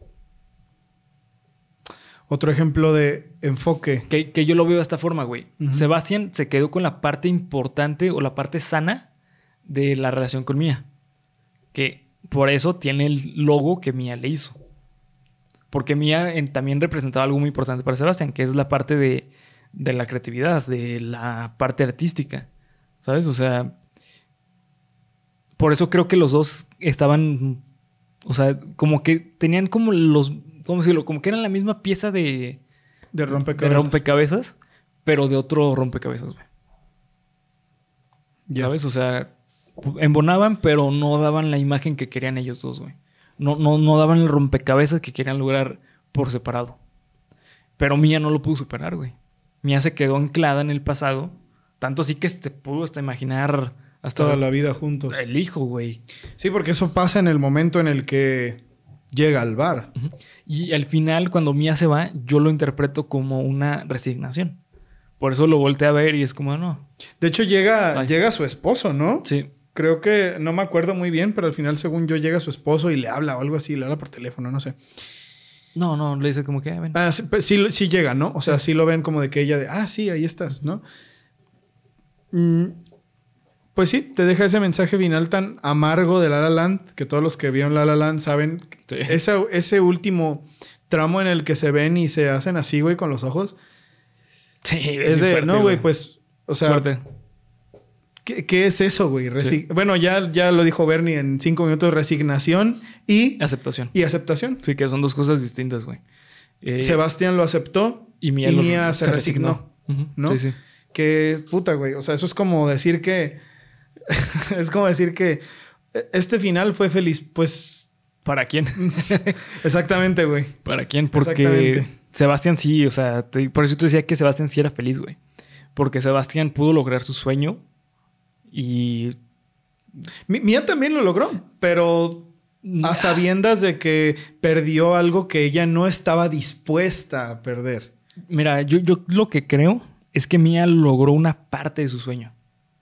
Otro ejemplo de enfoque. Que, que yo lo veo de esta forma, güey. Uh-huh. Sebastián se quedó con la parte importante o la parte sana de la relación con Mía. Que por eso tiene el logo que Mía le hizo. Porque Mía en, también representaba algo muy importante para Sebastián, que es la parte de... de la creatividad, de la parte artística, ¿sabes? O sea, por eso creo que los dos estaban, o sea, como que tenían como los, ¿cómo decirlo? Como que eran la misma pieza de... De rompecabezas. De rompecabezas, pero de otro rompecabezas, güey. Yeah. ¿Sabes? O sea, embonaban, pero no daban la imagen que querían ellos dos, güey. No, no, no daban el rompecabezas que querían lograr por separado. Pero Mía no lo pudo superar, güey. Mía se quedó anclada en el pasado. Tanto así que se pudo hasta imaginar... hasta toda la vida juntos. El hijo, güey. Sí, porque eso pasa en el momento en el que llega al bar. Uh-huh. Y al final, cuando Mía se va, yo lo interpreto como una resignación. Por eso lo volteé a ver y es como, no. De hecho, llega, llega su esposo, ¿no? Sí. Creo que... No me acuerdo muy bien, pero al final, según yo, llega su esposo y le habla o algo así. Le habla por teléfono, no sé. No, no, le dice como que... Ven. Ah, sí, sí, sí llega, ¿no? O sea, sí. sí lo ven como de que ella de... Ah, sí, ahí estás, ¿no? Mm, pues sí, te deja ese mensaje final tan amargo de La La Land, que todos los que vieron La La Land saben. Sí. Ese, ese último tramo en el que se ven y se hacen así, güey, con los ojos. Sí, es, es de... Fuerte, no, güey, pues... O sea... Suerte. ¿Qué, ¿Qué es eso, güey? Resig- sí. Bueno, ya, ya lo dijo Bernie en cinco minutos. Resignación y... Aceptación. Y aceptación. Sí, que son dos cosas distintas, güey. Eh, Sebastián lo aceptó y Mía, y lo, Mía se, se resignó. resignó. Uh-huh. ¿No? Sí, sí. Que, puta, güey. O sea, eso es como decir que... es como decir que este final fue feliz. Pues... ¿Para quién? Exactamente, güey. ¿Para quién? Porque Sebastián sí, o sea... Te, por eso te decía que Sebastián sí era feliz, güey. Porque Sebastián pudo lograr su sueño... Y... Mía también lo logró, pero a sabiendas de que perdió algo que ella no estaba dispuesta a perder. Mira, yo, yo lo que creo es que Mía logró una parte de su sueño.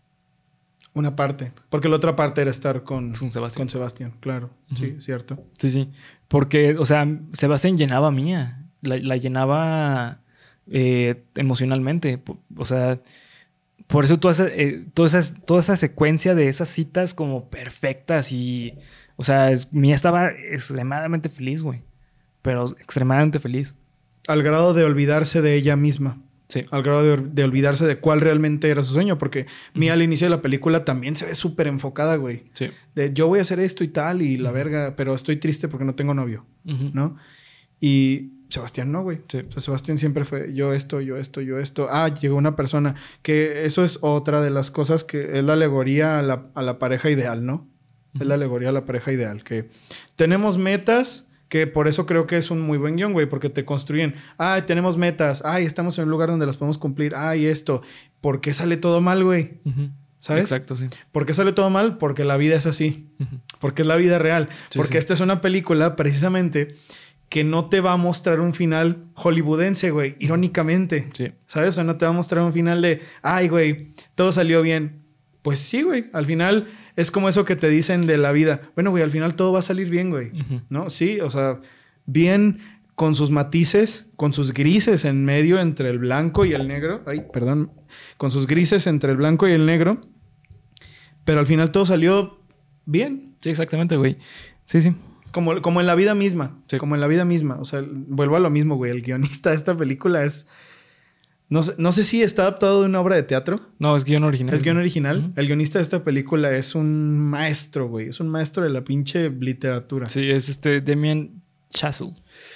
Una parte. Porque la otra parte era estar con, con Sebastián. Con Sebastián, claro. Uh-huh. Sí, cierto. Sí, sí. Porque, o sea, Sebastián llenaba a Mía. La, la llenaba eh, emocionalmente. O sea... Por eso toda esa, eh, toda, esa, toda esa secuencia de esas citas como perfectas y... O sea, es, Mía estaba extremadamente feliz, güey. Pero extremadamente feliz. Al grado de olvidarse de ella misma. Sí. Al grado de, de olvidarse de cuál realmente era su sueño. Porque uh-huh. Mía al inicio de la película también se ve súper enfocada, güey. Sí. De yo voy a hacer esto y tal y la verga... Pero estoy triste porque no tengo novio, uh-huh. ¿no? Y Sebastián no, güey. Sí. O sea, Sebastián siempre fue yo esto, yo esto, yo esto. Ah, llegó una persona. Que eso es otra de las cosas que es la alegoría a la, a la pareja ideal, ¿no? Uh-huh. Es la alegoría a la pareja ideal. Que tenemos metas, que por eso creo que es un muy buen guión, güey. Porque te construyen. Ay, tenemos metas. Ay, estamos en un lugar donde las podemos cumplir. Ay, esto. ¿Por qué sale todo mal, güey? Uh-huh. ¿Sabes? Exacto, sí. ¿Por qué sale todo mal? Porque la vida es así. Uh-huh. Porque es la vida real. Sí, porque sí. Esta es una película, precisamente, que no te va a mostrar un final hollywoodense, güey. Irónicamente. Sí. ¿Sabes? O sea, no te va a mostrar un final de... Ay, güey, todo salió bien. Pues sí, güey. Al final es como eso que te dicen de la vida. Bueno, güey, al final todo va a salir bien, güey. Uh-huh. ¿No? Sí, o sea, bien con sus matices, con sus grises en medio entre el blanco y el negro. Ay, perdón. Con sus grises entre el blanco y el negro. Pero al final todo salió bien. Sí, exactamente, güey. Sí, sí. Como, como en la vida misma. Sí. Como en la vida misma. O sea, vuelvo a lo mismo, güey. El guionista de esta película es... No sé, no sé si está adaptado de una obra de teatro. No, es guión original. Es guión original. Uh-huh. El guionista de esta película es un maestro, güey. Es un maestro de la pinche literatura. Sí, es este Damien Chazelle.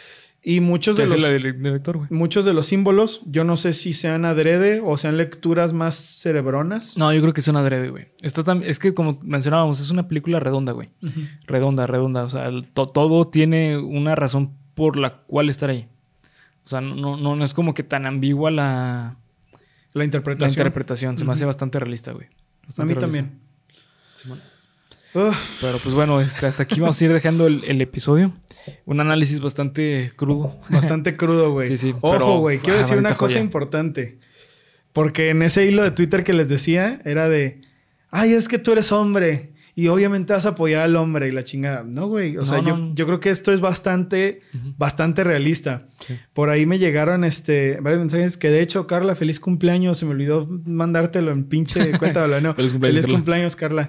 Y muchos de, es los, el director, güey. muchos de los símbolos, yo no sé si sean adrede o sean lecturas más cerebronas. No, yo creo que son adrede, güey. Esto tam- es que, como mencionábamos, es una película redonda, güey. Uh-huh. Redonda, redonda. O sea, el, to- todo tiene una razón por la cual estar ahí. O sea, no, no, no es como que tan ambigua la... La interpretación. La interpretación. Se uh-huh. me hace bastante realista, güey. Bastante a mí realista. También. Sí, bueno. Uh. Pero pues bueno, este, hasta aquí vamos a ir dejando el, el episodio. Un análisis bastante crudo. Bastante crudo, güey. Sí, sí. Ojo, güey. Quiero ah, decir una cosa joya. importante. Porque en ese hilo de Twitter que les decía, era de... Ay, es que tú eres hombre. Y obviamente vas a apoyar al hombre y la chingada. No, güey. O no, sea, no, yo, no. yo creo que esto es bastante... Uh-huh. Bastante realista. Sí. Por ahí me llegaron este... varios mensajes que, de hecho, Carla, feliz cumpleaños. Se me olvidó mandártelo en pinche cuenta. No. Feliz cumpleaños, feliz cumpleaños, Carla.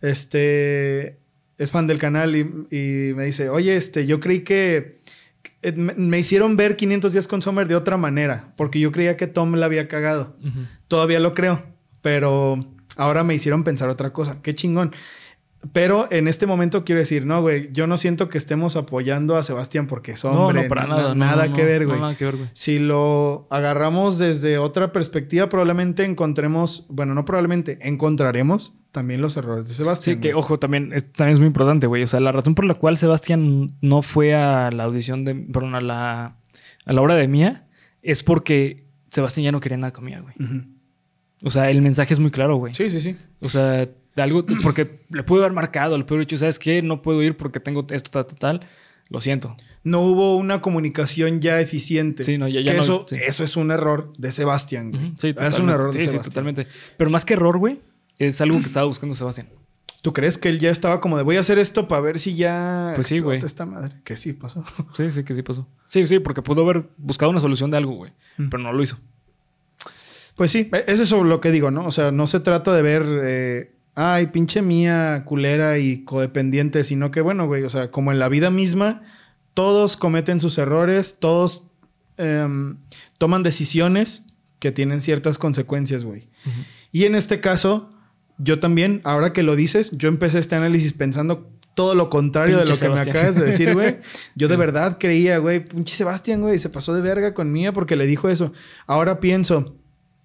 Este... Es fan del canal y, y me dice... Oye, este... Yo creí que... Me hicieron ver quinientos días con Summer de otra manera. Porque yo creía que Tom la había cagado. Uh-huh. Todavía lo creo. Pero ahora me hicieron pensar otra cosa. Qué chingón. Pero en este momento quiero decir... No, güey. Yo no siento que estemos apoyando a Sebastián porque es hombre. No, no, para nada. Na- nada no, que no, ver, güey. No, nada que ver, güey. Si lo agarramos desde otra perspectiva... Probablemente encontremos... Bueno, no probablemente. Encontraremos también los errores de Sebastián. Sí, que güey. ojo, también es, también es muy importante, güey. O sea, la razón por la cual Sebastián no fue a la audición de... Perdón, a la, a la obra de Mía... Es porque Sebastián ya no quería nada con Mía, güey. Uh-huh. O sea, el mensaje es muy claro, güey. Sí, sí, sí. O sea, algo... Porque le pude haber marcado, le pude haber dicho, ¿sabes qué? No puedo ir porque tengo esto, tal, tal, tal. Lo siento. No hubo una comunicación ya eficiente. Sí, no, ya, ya que no... Eso, sí. eso es un error de Sebastián, güey. Uh-huh. Sí, es un error de sí, Sebastián. Sí, totalmente. Pero más que error, güey, es algo que estaba buscando Sebastián. ¿Tú crees que él ya estaba como de voy a hacer esto para ver si ya... Pues sí, güey. Esta madre. Que sí pasó. Sí, sí, que sí pasó. Sí, sí, porque pudo haber buscado una solución de algo, güey. Mm. Pero no lo hizo. Pues sí, es eso lo que digo, ¿no? O sea, no se trata de ver... Eh, ay, pinche Mía culera y codependiente. Sino que, bueno, güey, o sea, como en la vida misma... Todos cometen sus errores. Todos eh, toman decisiones que tienen ciertas consecuencias, güey. Uh-huh. Y en este caso... Yo también, ahora que lo dices, yo empecé este análisis pensando todo lo contrario pinche de lo Sebastián. Que me acabas de decir, güey. Yo sí. de verdad creía, güey, pinche Sebastián, güey, se pasó de verga con Mía porque le dijo eso. Ahora pienso,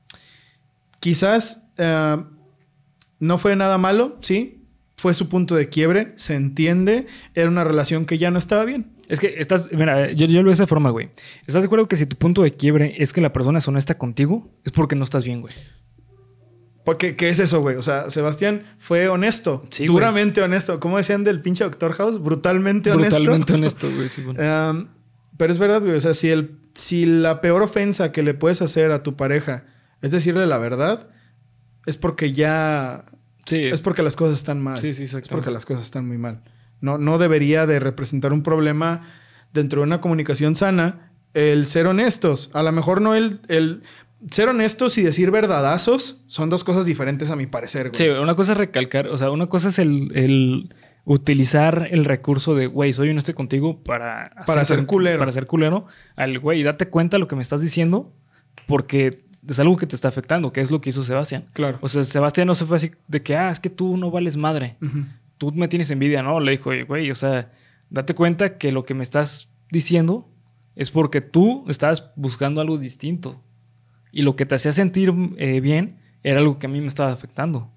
quizás uh, no fue nada malo, sí. Fue su punto de quiebre, se entiende. Era una relación que ya no estaba bien. Es que estás, mira, yo, yo lo veo de esa forma, güey. ¿Estás de acuerdo que si tu punto de quiebre es que la persona es honesta contigo, es porque no estás bien, güey? Porque, ¿qué es eso, güey? O sea, Sebastián fue honesto. Sí, duramente güey. honesto. ¿Cómo decían del pinche Doctor House? Brutalmente honesto. Brutalmente honesto, güey. Sí, bueno. um, pero es verdad, güey. O sea, si, el, si la peor ofensa que le puedes hacer a tu pareja es decirle la verdad, es porque ya... Sí. Es porque las cosas están mal. Sí, sí, exactamente. Es porque las cosas están muy mal. No, no debería de representar un problema dentro de una comunicación sana el ser honestos. A lo mejor no el... el ser honestos y decir verdadazos son dos cosas diferentes a mi parecer, güey. Sí, una cosa es recalcar, o sea, una cosa es el, el utilizar el recurso de, güey, soy honesto contigo para... Para ser culero. Para ser culero. Al, güey, date cuenta de lo que me estás diciendo porque es algo que te está afectando, que es lo que hizo Sebastián. Claro. O sea, Sebastián no se fue así de que, ah, es que tú no vales madre. Uh-huh. Tú me tienes envidia, ¿no? Le dijo, güey, o sea, date cuenta que lo que me estás diciendo es porque tú estabas buscando algo distinto. Y lo que te hacía sentir eh, bien era algo que a mí me estaba afectando.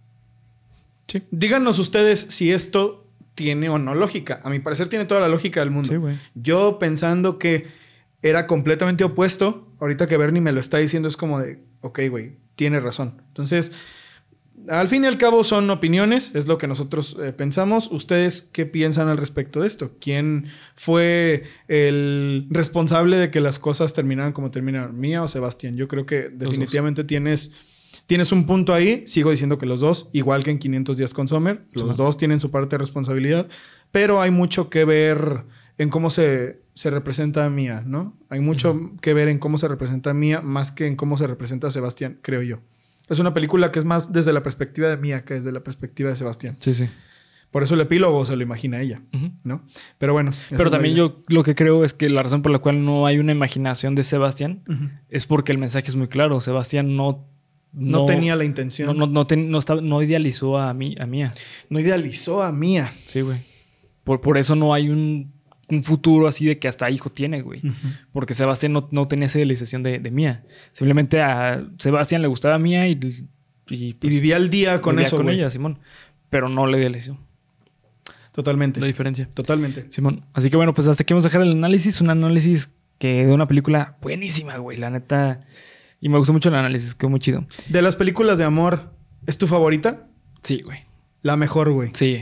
Sí. Díganos ustedes si esto tiene o no lógica. A mi parecer tiene toda la lógica del mundo. Sí, güey. Yo pensando que era completamente opuesto, ahorita que Bernie me lo está diciendo es como de, ok, güey, tiene razón. Entonces, al fin y al cabo son opiniones, es lo que nosotros eh, pensamos. ¿Ustedes qué piensan al respecto de esto? ¿Quién fue el responsable de que las cosas terminaran como terminaron? ¿Mía o Sebastián? Yo creo que definitivamente tienes, tienes un punto ahí. Sigo diciendo que los dos, igual que en quinientos días con Summer, los sí. dos tienen su parte de responsabilidad, pero hay mucho que ver en cómo se, se representa a Mía, ¿no? Hay mucho uh-huh. que ver en cómo se representa a Mía más que en cómo se representa a Sebastián, creo yo. Es una película que es más desde la perspectiva de Mía que desde la perspectiva de Sebastián. Sí, sí. Por eso el epílogo se lo imagina ella, uh-huh. ¿no? Pero bueno. Pero también yo lo que creo es que la razón por la cual no hay una imaginación de Sebastián uh-huh. es porque el mensaje es muy claro. Sebastián no... No, no tenía la intención. No, no, no, ten, no, estaba, no idealizó a, mí, a Mía. No idealizó a Mía. Sí, güey. Por, por eso no hay un... un futuro así de que hasta hijo tiene, güey. Uh-huh. Porque Sebastián no, no tenía esa idealización de, de Mía. Simplemente a Sebastián le gustaba Mía y... Y, pues, y vivía el día con vivía eso, con güey. ella, Simón. Pero no le idealizó. Totalmente. La diferencia. Totalmente. Simón. Así que bueno, pues hasta aquí vamos a dejar el análisis. Un análisis que de una película buenísima, güey. La neta... Y me gustó mucho el análisis. Quedó muy chido. De las películas de amor, ¿es tu favorita? Sí, güey. La mejor, güey. Sí.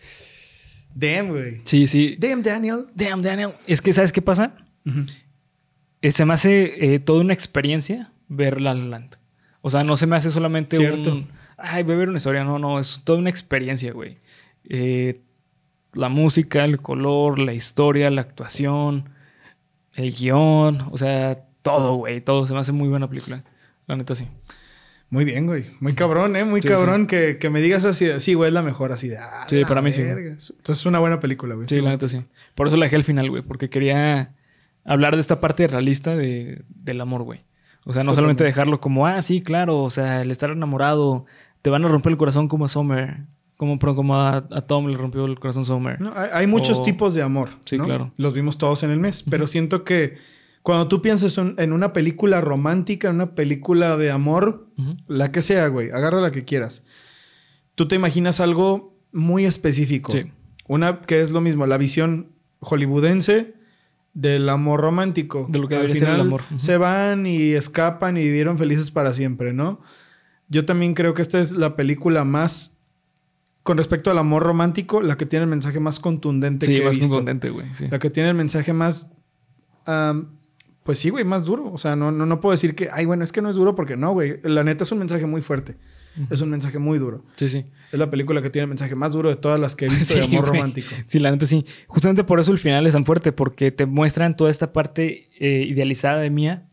Damn, güey. Sí, sí. Damn, Daniel. Damn, Daniel. Es que, ¿sabes qué pasa? Uh-huh. Eh, se me hace eh, toda una experiencia ver La La Land. O sea, no se me hace solamente Cierto. un... Ay, voy a ver una historia. No, no. Es toda una experiencia, güey. Eh, la música, el color, la historia, la actuación, el guión. O sea, todo, güey. Todo. Se me hace muy buena película. La neta, sí. Muy bien, güey. Muy cabrón, ¿eh? Muy sí, cabrón sí. Que, que me digas así de... Sí, güey, es la mejor. Así de... Ah, sí, para mí verga. sí. Entonces es una buena película, güey. Sí, la neta, sí. Por eso la dejé al final, güey. Porque quería hablar de esta parte realista de, del amor, güey. O sea, no Totalmente. solamente dejarlo como... Ah, sí, claro. O sea, el estar enamorado... Te van a romper el corazón como a Summer. Como, como a, a Tom le rompió el corazón Summer. No, hay, hay muchos o... tipos de amor. Sí, ¿no? claro. Los vimos todos en el mes. Uh-huh. Pero siento que... Cuando tú piensas en una película romántica, en una película de amor, uh-huh. la que sea, güey, agarra la que quieras. Tú te imaginas algo muy específico. Sí. Una que es lo mismo, la visión hollywoodense del amor romántico. De lo que al debería final ser el amor. Uh-huh. Se van y escapan y vivieron felices para siempre, ¿no? Yo también creo que esta es la película más, con respecto al amor romántico, la que tiene el mensaje más contundente sí, que he más visto. contundente, güey. Sí. La que tiene el mensaje más... Um, Pues sí, güey, más duro. O sea, no, no, no puedo decir que... Ay, bueno, es que no es duro porque no, güey. La neta es un mensaje muy fuerte. Uh-huh. Es un mensaje muy duro. Sí, sí. Es la película que tiene el mensaje más duro de todas las que he visto sí, de amor güey. romántico. Sí, la neta sí. Justamente por eso el final es tan fuerte. Porque te muestran toda esta parte eh, idealizada de Mía.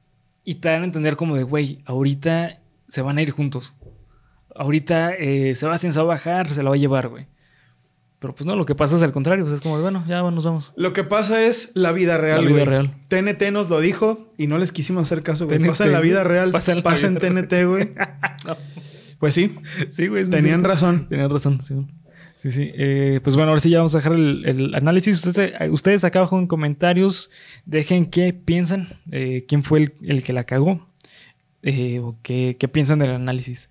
Y te dan a entender como de, güey, ahorita se van a ir juntos. Ahorita eh, Sebastián se va a bajar, se la va a llevar, güey. Pero pues no, lo que pasa es al contrario. O sea, es como, bueno, ya nos vamos. Lo que pasa es la vida real, La vida güey. real. T N T nos lo dijo y no les quisimos hacer caso, güey. T N T, pasa en la vida real. Pasa en, la pasa vida en T N T, güey. no. Pues sí. Sí, güey. Tenían razón. Tenían razón, sí. Sí, sí. Eh, pues bueno, ahora sí ya vamos a dejar el, el análisis. Ustedes, ustedes acá abajo en comentarios dejen qué piensan. Eh, quién fue el, el que la cagó. Eh, o qué, qué piensan del análisis.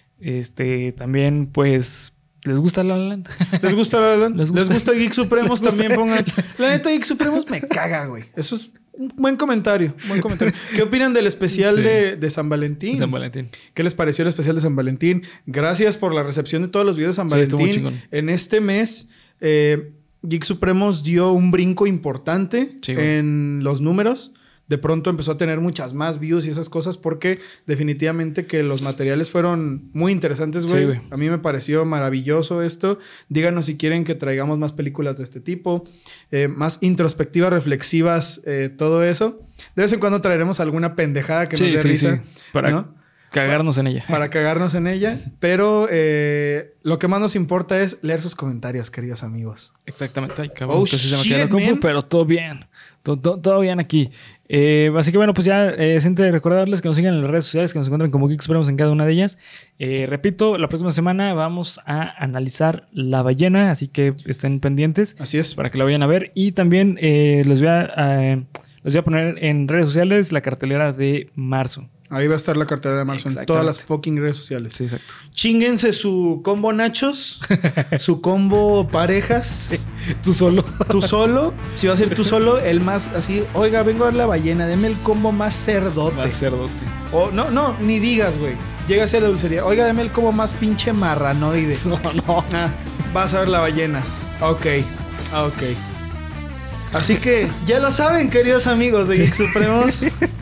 Este, también, pues... ¿Les gusta La La Land? ¿Les gusta La La Land? ¿Les gusta, ¿Les gusta Geek Supremos? gusta? También pongan... La neta, Geek Supremos me caga, güey. Eso es un buen comentario. Buen comentario. ¿Qué opinan del especial sí. de, de San Valentín? San Valentín. ¿Qué les pareció el especial de San Valentín? Gracias por la recepción de todos los videos de San Valentín. Sí, estuvo muy chingón. En este mes, eh, Geek Supremos dio un brinco importante sí, en los números. De pronto empezó a tener muchas más views y esas cosas porque definitivamente que los materiales fueron muy interesantes, güey. Sí, güey. A mí me pareció maravilloso esto. Díganos si quieren que traigamos más películas de este tipo, eh, más introspectivas, reflexivas, eh, todo eso. De vez en cuando traeremos alguna pendejada que sí, nos dé sí, risa. Sí. Para ¿no? cagarnos en ella. Para cagarnos en ella. Pero eh, lo que más nos importa es leer sus comentarios, queridos amigos. Exactamente. Ay, cabrón. Oh, que sí se me shit, queda la compu, pero todo bien. Todo, todo, todo bien aquí. Eh, así que bueno, pues ya es eh, de recordarles que nos sigan en las redes sociales, que nos encuentran como Geek Supremos en cada una de ellas. Eh, repito, la próxima semana vamos a analizar La Ballena, así que estén pendientes. Así es. Para que la vayan a ver. Y también eh, les voy a... Eh, Les voy a poner en redes sociales la cartelera de marzo. Ahí va a estar la cartelera de marzo en todas las fucking redes sociales. Sí, exacto. Chínguense su combo nachos, su combo parejas. Sí. Tú solo. Tú solo. Si va a ser tú solo, el más así. Oiga, vengo a ver la ballena. Deme el combo más cerdote. Más cerdote. O no, no, ni digas, güey. Llega a ser la dulcería. Oiga, deme el combo más pinche marranoide. No, no. Ah, vas a ver la ballena. Ok. Ok. Así que ya lo saben, queridos amigos de Geek Sí. Supremos.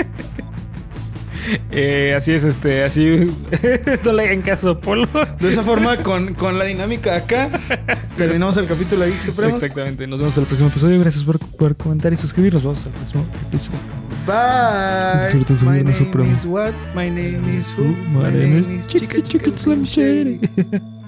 Eh, así es, este, así. No le hagan caso a Polo. De esa forma, con, con la dinámica acá, terminamos el capítulo de Geek Supremos. Exactamente. Nos vemos en el próximo episodio. Gracias por, por comentar y suscribirnos. Nos vemos en el próximo episodio. Bye. Disfruten su My viernes name supremo. is what? My name is who? My name is Chica Chica Slim Shady.